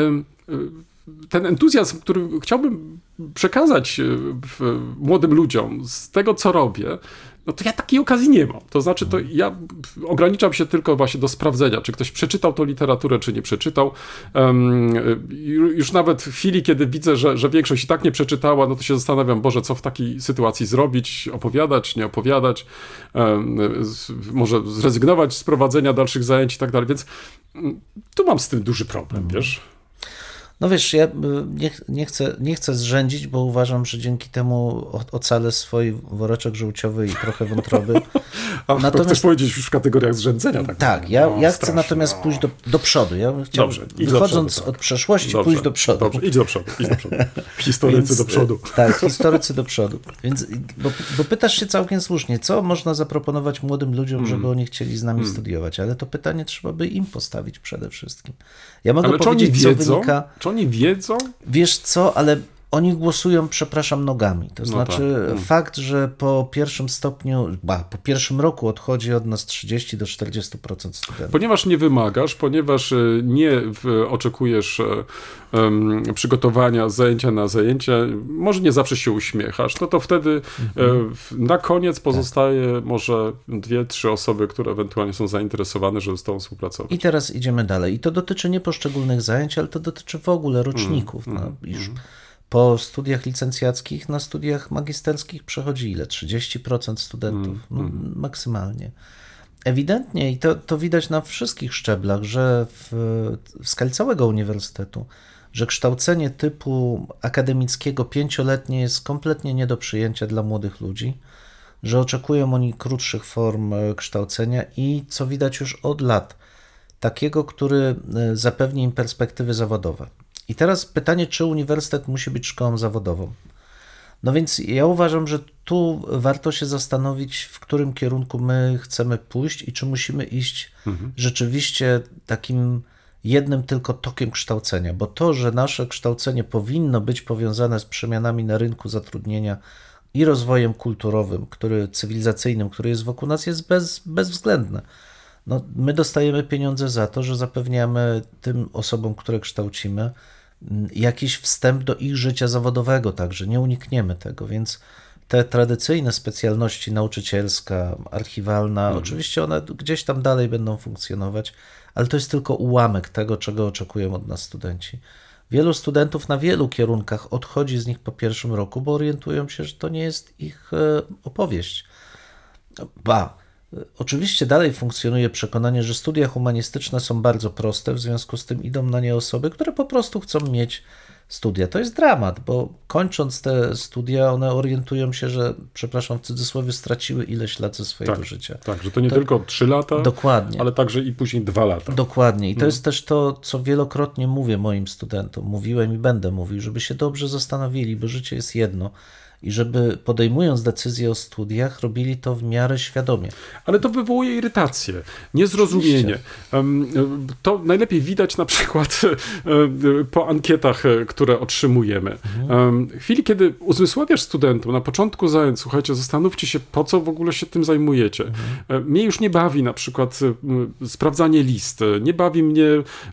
ten entuzjazm, który chciałbym przekazać młodym ludziom z tego, co robię, no to ja takiej okazji nie mam. To znaczy, to ja ograniczam się tylko właśnie do sprawdzenia, czy ktoś przeczytał tą literaturę, czy nie przeczytał. Um, już nawet w chwili, kiedy widzę, że, że większość i tak nie przeczytała, no to się zastanawiam, Boże, co w takiej sytuacji zrobić, opowiadać, nie opowiadać, um, z, może zrezygnować z prowadzenia dalszych zajęć i tak dalej, więc um, tu mam z tym duży problem, wiesz? No wiesz, ja nie, nie, chcę, nie chcę zrzędzić, bo uważam, że dzięki temu ocalę swój woreczek żółciowy i trochę wątroby. A natomiast, to chcesz powiedzieć już w kategoriach zrzędzenia? Tak, tak ja, no, ja chcę strasznie, natomiast pójść do, do przodu. Ja chciałbym, Dobrze, wychodząc przodu, tak. od przeszłości, Dobrze, pójść do przodu. Dobrze, idź do przodu, idź do przodu. Historycy Więc, do przodu. Tak, historycy do przodu. Więc, bo, bo pytasz się całkiem słusznie, co można zaproponować młodym ludziom, mm. żeby oni chcieli z nami mm. studiować, ale to pytanie trzeba by im postawić przede wszystkim. Ja mogę ale powiedzieć, czy oni wiedzą? co wynika... Czy oni wiedzą? Wiesz co, ale oni głosują, przepraszam, nogami. To znaczy no tak. fakt, że po pierwszym stopniu, ba, po pierwszym roku odchodzi od nas trzydzieści do czterdziestu procent studentów. Ponieważ nie wymagasz, ponieważ nie w, oczekujesz um, przygotowania z zajęcia na zajęcie, może nie zawsze się uśmiechasz, no to wtedy mhm. na koniec pozostaje tak. może dwie, trzy osoby, które ewentualnie są zainteresowane, żeby z tobą współpracować. I teraz idziemy dalej. I to dotyczy nie poszczególnych zajęć, ale to dotyczy w ogóle roczników. Mm. No, już mm. Po studiach licencjackich, na studiach magisterskich przechodzi ile? trzydzieści procent studentów, mm, no, mm. maksymalnie. Ewidentnie, i to, to widać na wszystkich szczeblach, że w, w skali całego uniwersytetu, że kształcenie typu akademickiego pięcioletnie jest kompletnie nie do przyjęcia dla młodych ludzi, że oczekują oni krótszych form kształcenia i co widać już od lat, takiego, który zapewni im perspektywy zawodowe. I teraz pytanie, czy uniwersytet musi być szkołą zawodową? No więc ja uważam, że tu warto się zastanowić, w którym kierunku my chcemy pójść i czy musimy iść mhm. rzeczywiście takim jednym tylko tokiem kształcenia, bo to, że nasze kształcenie powinno być powiązane z przemianami na rynku zatrudnienia i rozwojem kulturowym, który cywilizacyjnym, który jest wokół nas, jest bez, bezwzględne. No, my dostajemy pieniądze za to, że zapewniamy tym osobom, które kształcimy, jakiś wstęp do ich życia zawodowego, także nie unikniemy tego, więc te tradycyjne specjalności nauczycielska, archiwalna, mhm. oczywiście one gdzieś tam dalej będą funkcjonować, ale to jest tylko ułamek tego, czego oczekują od nas studenci. Wielu studentów na wielu kierunkach odchodzi z nich po pierwszym roku, bo orientują się, że to nie jest ich opowieść. Ba, oczywiście dalej funkcjonuje przekonanie, że studia humanistyczne są bardzo proste, w związku z tym idą na nie osoby, które po prostu chcą mieć studia. To jest dramat, bo kończąc te studia, one orientują się, że, przepraszam, w cudzysłowie, straciły ileś lat ze swojego tak, życia. Tak, że to nie to, tylko trzy lata, dokładnie. ale także i później dwa lata. Dokładnie. I to hmm. jest też to, co wielokrotnie mówię moim studentom. Mówiłem i będę mówił, żeby się dobrze zastanowili, bo życie jest jedno. i żeby podejmując decyzje o studiach, robili to w miarę świadomie. Ale to wywołuje irytację, niezrozumienie. Oczywiście. To najlepiej widać na przykład po ankietach, które otrzymujemy. Mhm. W chwili, kiedy uzmysławiasz studentom na początku zajęć, słuchajcie, zastanówcie się, po co w ogóle się tym zajmujecie. Mhm. Mnie już nie bawi na przykład sprawdzanie list, nie bawi mnie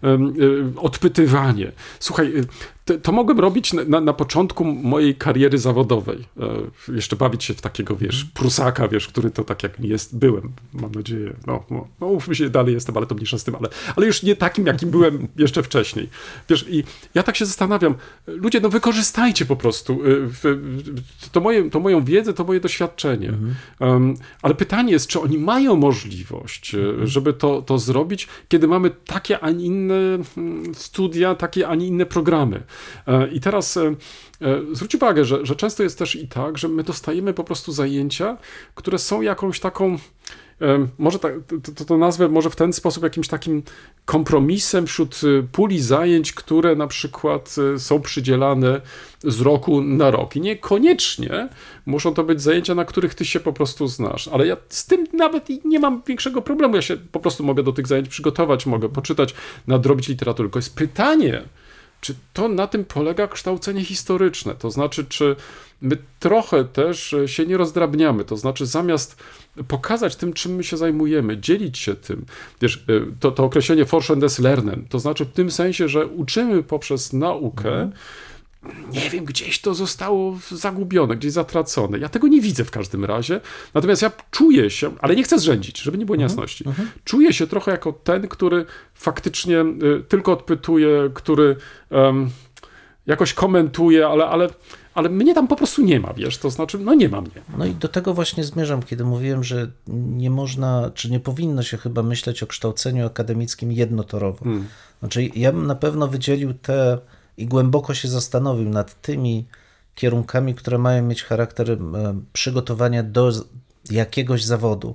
odpytywanie. Słuchaj, to, to mogłem robić na, na początku mojej kariery zawodowej. E, jeszcze bawić się w takiego, wiesz, prusaka, wiesz, który to tak jak jest, byłem, mam nadzieję. No, no, no mówmy się, dalej jestem, ale to mniejsza z tym, ale, ale już nie takim, jakim byłem jeszcze wcześniej. Wiesz, i ja tak się zastanawiam, ludzie, no wykorzystajcie po prostu to, moje, to moją wiedzę, to moje doświadczenie. Mhm. Um, ale pytanie jest, czy oni mają możliwość, mhm. żeby to, to zrobić, kiedy mamy takie, a nie inne studia, takie, a nie inne programy. I teraz zwróć uwagę, że, że często jest też i tak, że my dostajemy po prostu zajęcia, które są jakąś taką, może tak, to, to nazwę może w ten sposób jakimś takim kompromisem wśród puli zajęć, które na przykład są przydzielane z roku na rok. I niekoniecznie muszą to być zajęcia, na których ty się po prostu znasz. Ale ja z tym nawet nie mam większego problemu. Ja się po prostu mogę do tych zajęć przygotować, mogę poczytać, nadrobić literaturę. Tylko jest pytanie, czy to na tym polega kształcenie historyczne? To znaczy, czy my trochę też się nie rozdrabniamy? To znaczy, zamiast pokazać tym, czym my się zajmujemy, dzielić się tym, wiesz, to, to określenie Forschen des Lernen, to znaczy w tym sensie, że uczymy poprzez naukę, mhm. nie wiem, gdzieś to zostało zagubione, gdzieś zatracone. Ja tego nie widzę w każdym razie. Natomiast ja czuję się, ale nie chcę zrzędzić, żeby nie było niejasności. Uh-huh. Czuję się trochę jako ten, który faktycznie y, tylko odpytuje, który um, jakoś komentuje, ale, ale, ale mnie tam po prostu nie ma, wiesz, to znaczy, no nie ma mnie. No i do tego właśnie zmierzam, kiedy mówiłem, że nie można, czy nie powinno się chyba myśleć o kształceniu akademickim jednotorowo. Hmm. Znaczy, ja bym na pewno wydzielił te i głęboko się zastanowił nad tymi kierunkami, które mają mieć charakter przygotowania do jakiegoś zawodu,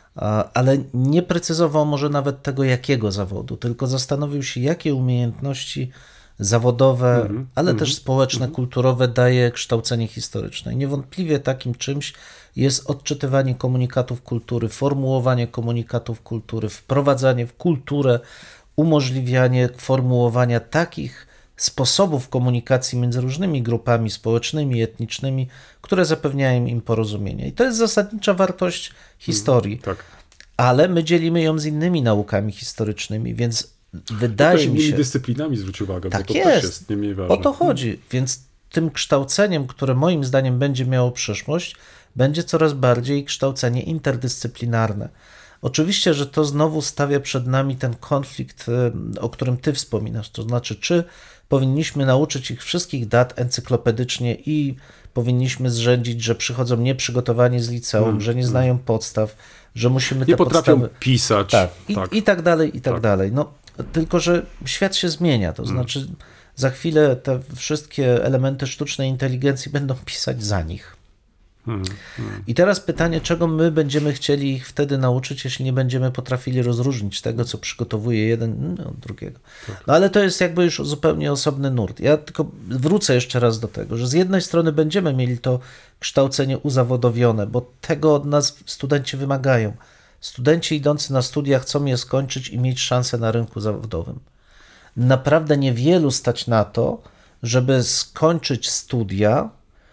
ale nie precyzował może nawet tego jakiego zawodu, tylko zastanowił się, jakie umiejętności zawodowe, mm-hmm. ale mm-hmm. też społeczne, mm-hmm. kulturowe daje kształcenie historyczne. I niewątpliwie takim czymś jest odczytywanie komunikatów kultury, formułowanie komunikatów kultury, wprowadzanie w kulturę, umożliwianie formułowania takich sposobów komunikacji między różnymi grupami społecznymi, etnicznymi, które zapewniają im porozumienie. I to jest zasadnicza wartość historii. Mm, tak. Ale my dzielimy ją z innymi naukami historycznymi, więc wydaje mi się... Innymi dyscyplinami, zwróć uwagę, tak bo to jest. też jest nie mniej ważne. O to chodzi. Hmm. Więc tym kształceniem, które moim zdaniem będzie miało przyszłość, będzie coraz bardziej kształcenie interdyscyplinarne. Oczywiście, że to znowu stawia przed nami ten konflikt, o którym ty wspominasz, to znaczy, czy powinniśmy nauczyć ich wszystkich dat encyklopedycznie i powinniśmy zrzędzić, że przychodzą nieprzygotowani z liceum, hmm. że nie znają podstaw, że musimy nie te potrafią podstawy... pisać. Tak. I, tak. i tak dalej, i tak, tak dalej. No, tylko, że świat się zmienia, to hmm. znaczy za chwilę te wszystkie elementy sztucznej inteligencji będą pisać za nich. Hmm, hmm. I teraz pytanie, czego my będziemy chcieli ich wtedy nauczyć, jeśli nie będziemy potrafili rozróżnić tego, co przygotowuje jeden no, od drugiego. Tak. No ale to jest jakby już zupełnie osobny nurt. Ja tylko wrócę jeszcze raz do tego, że z jednej strony będziemy mieli to kształcenie uzawodowione, bo tego od nas studenci wymagają. Studenci idący na studia chcą je skończyć i mieć szansę na rynku zawodowym. Naprawdę niewielu stać na to, żeby skończyć studia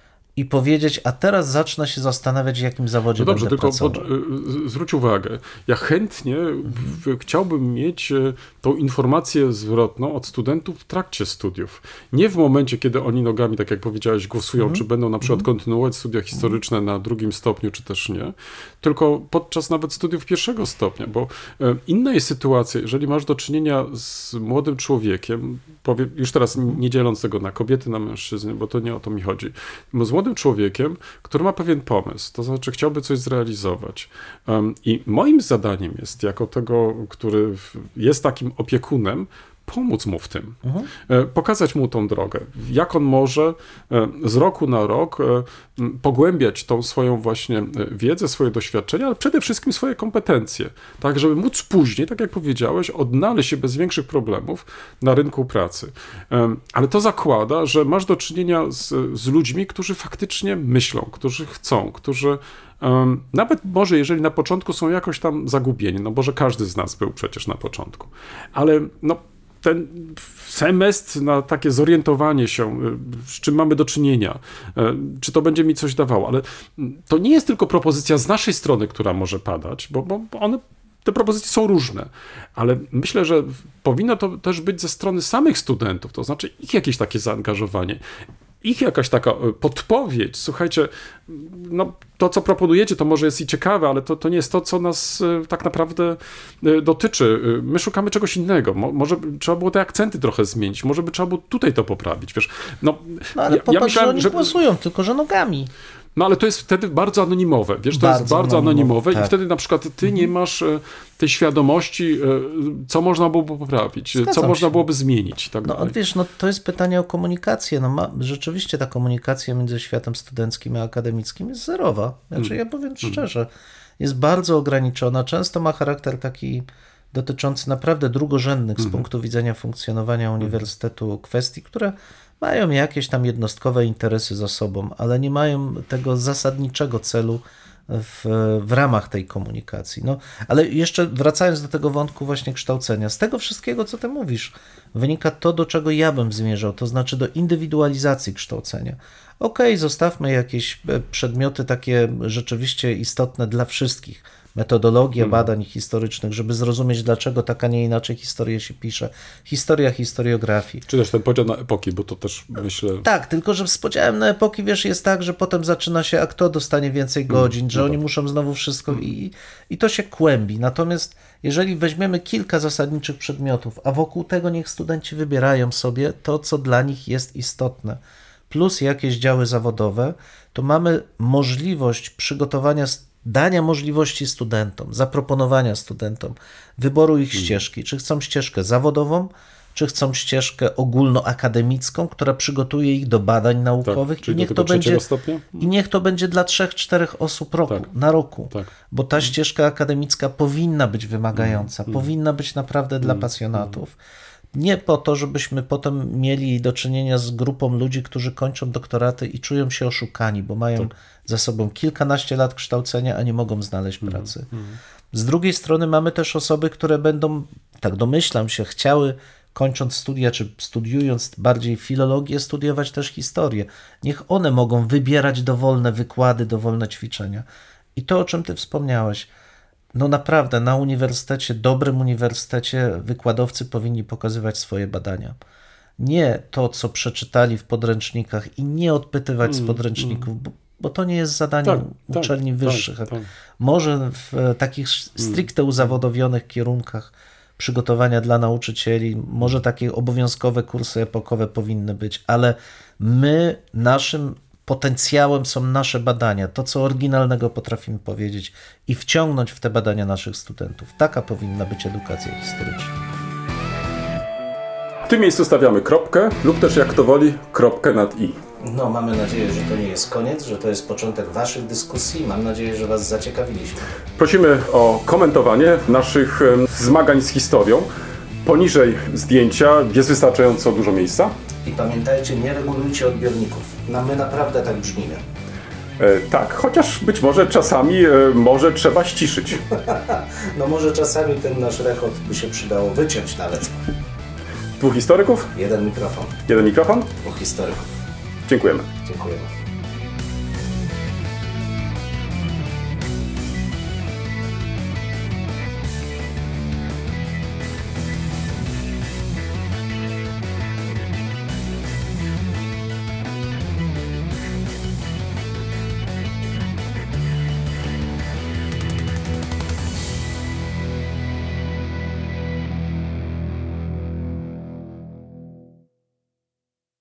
i powiedzieć, a teraz zacznę się zastanawiać, w jakim zawodzie no dobrze, będę tylko pracował. Pod, zwróć uwagę, ja chętnie w, chciałbym mieć tą informację zwrotną od studentów w trakcie studiów. Nie w momencie, kiedy oni nogami, tak jak powiedziałeś, głosują, mm. czy będą na przykład mm. kontynuować studia historyczne mm. na drugim stopniu, czy też nie, tylko podczas nawet studiów pierwszego stopnia, bo inna jest sytuacja, jeżeli masz do czynienia z młodym człowiekiem, powiem, już teraz nie dzieląc tego na kobiety, na mężczyzny, bo to nie o to mi chodzi, bo z młodym człowiekiem, który ma pewien pomysł, to znaczy chciałby coś zrealizować. Um, I moim zadaniem jest, jako tego, który jest takim opiekunem, pomóc mu w tym, Mhm. pokazać mu tą drogę, jak on może z roku na rok pogłębiać tą swoją właśnie wiedzę, swoje doświadczenia, ale przede wszystkim swoje kompetencje, tak, żeby móc później, tak jak powiedziałeś, odnaleźć się bez większych problemów na rynku pracy. Ale to zakłada, że masz do czynienia z, z ludźmi, którzy faktycznie myślą, którzy chcą, którzy Um, nawet może, jeżeli na początku są jakoś tam zagubieni, no bo że każdy z nas był przecież na początku, ale no, ten semestr na takie zorientowanie się, z czym mamy do czynienia, czy to będzie mi coś dawało, ale to nie jest tylko propozycja z naszej strony, która może padać, bo, bo one, te propozycje są różne, ale myślę, że powinno to też być ze strony samych studentów, to znaczy ich jakieś takie zaangażowanie, ich jakaś taka podpowiedź, słuchajcie, no to, co proponujecie, to może jest i ciekawe, ale to, to nie jest to, co nas tak naprawdę dotyczy. My szukamy czegoś innego. Mo, może trzeba było te akcenty trochę zmienić, może by trzeba było tutaj to poprawić, wiesz. No, no ale ja, popatrz, ja myślałem, że oni że głosują, tylko że nogami. No ale to jest wtedy bardzo anonimowe, wiesz, to Bardzo jest bardzo anonimowe, anonimowe, tak. I wtedy na przykład ty mhm. nie masz e, tej świadomości, e, co można byłoby poprawić, Zgadzam co się. można byłoby zmienić. Tak no dalej. wiesz, no to jest pytanie o komunikację. No ma, rzeczywiście ta komunikacja między światem studenckim a akademickim jest zerowa. Znaczy ja powiem szczerze, jest bardzo ograniczona, często ma charakter taki dotyczący naprawdę drugorzędnych z punktu widzenia funkcjonowania uniwersytetu kwestii, które mają jakieś tam jednostkowe interesy za sobą, ale nie mają tego zasadniczego celu w, w ramach tej komunikacji. No, ale jeszcze wracając do tego wątku właśnie kształcenia, z tego wszystkiego, co ty mówisz, wynika to, do czego ja bym zmierzał, to znaczy do indywidualizacji kształcenia. Okej, okay, zostawmy jakieś przedmioty takie rzeczywiście istotne dla wszystkich, metodologia hmm. badań historycznych, żeby zrozumieć, dlaczego tak, a nie inaczej historię się pisze. Historia historiografii. Czy też ten podział na epoki, bo to też myślę... Tak, tylko że z podziałem na epoki, wiesz, jest tak, że potem zaczyna się, a kto dostanie więcej godzin, hmm. że no oni tak. muszą znowu wszystko hmm. i, i to się kłębi. Natomiast jeżeli weźmiemy kilka zasadniczych przedmiotów, a wokół tego niech studenci wybierają sobie to, co dla nich jest istotne, plus jakieś działy zawodowe, to mamy możliwość przygotowania dania możliwości studentom, zaproponowania studentom wyboru ich hmm. ścieżki, czy chcą ścieżkę zawodową, czy chcą ścieżkę ogólnoakademicką, która przygotuje ich do badań naukowych, tak, i, niech to będzie, stopnia? i niech to będzie dla trzech, czterech osób roku, tak, na roku, tak. bo ta hmm. ścieżka akademicka powinna być wymagająca, hmm. powinna być naprawdę hmm. dla pasjonatów. Nie po to, żebyśmy potem mieli do czynienia z grupą ludzi, którzy kończą doktoraty i czują się oszukani, bo mają tak. za sobą kilkanaście lat kształcenia, a nie mogą znaleźć mm, pracy. Mm. Z drugiej strony mamy też osoby, które będą, tak domyślam się, chciały kończąc studia, czy studiując bardziej filologię, studiować też historię. Niech one mogą wybierać dowolne wykłady, dowolne ćwiczenia. I to, o czym ty wspomniałeś, no naprawdę na uniwersytecie, dobrym uniwersytecie wykładowcy powinni pokazywać swoje badania. Nie to, co przeczytali w podręcznikach i nie odpytywać mm, z podręczników, mm. bo, bo to nie jest zadaniem tak, uczelni tak, wyższych. Tak, tak. Może w takich stricte uzawodowionych kierunkach przygotowania dla nauczycieli, może takie obowiązkowe kursy epokowe powinny być, ale my, naszym potencjałem są nasze badania, to co oryginalnego potrafimy powiedzieć i wciągnąć w te badania naszych studentów. Taka powinna być edukacja historyczna. W tym miejscu stawiamy kropkę lub też jak to woli kropkę nad i. No, mamy nadzieję, że to nie jest koniec, że to jest początek waszych dyskusji. Mam nadzieję, że was zaciekawiliśmy. Prosimy o komentowanie naszych zmagań z historią. Poniżej zdjęcia jest wystarczająco dużo miejsca. I pamiętajcie, nie regulujcie odbiorników. No, my naprawdę tak brzmimy. E, tak, chociaż być może czasami e, może trzeba ściszyć. No może czasami ten nasz rechot by się przydało wyciąć nawet. Dwóch historyków? Jeden mikrofon. Jeden mikrofon? Dwóch historyków. Dziękujemy. Dziękujemy.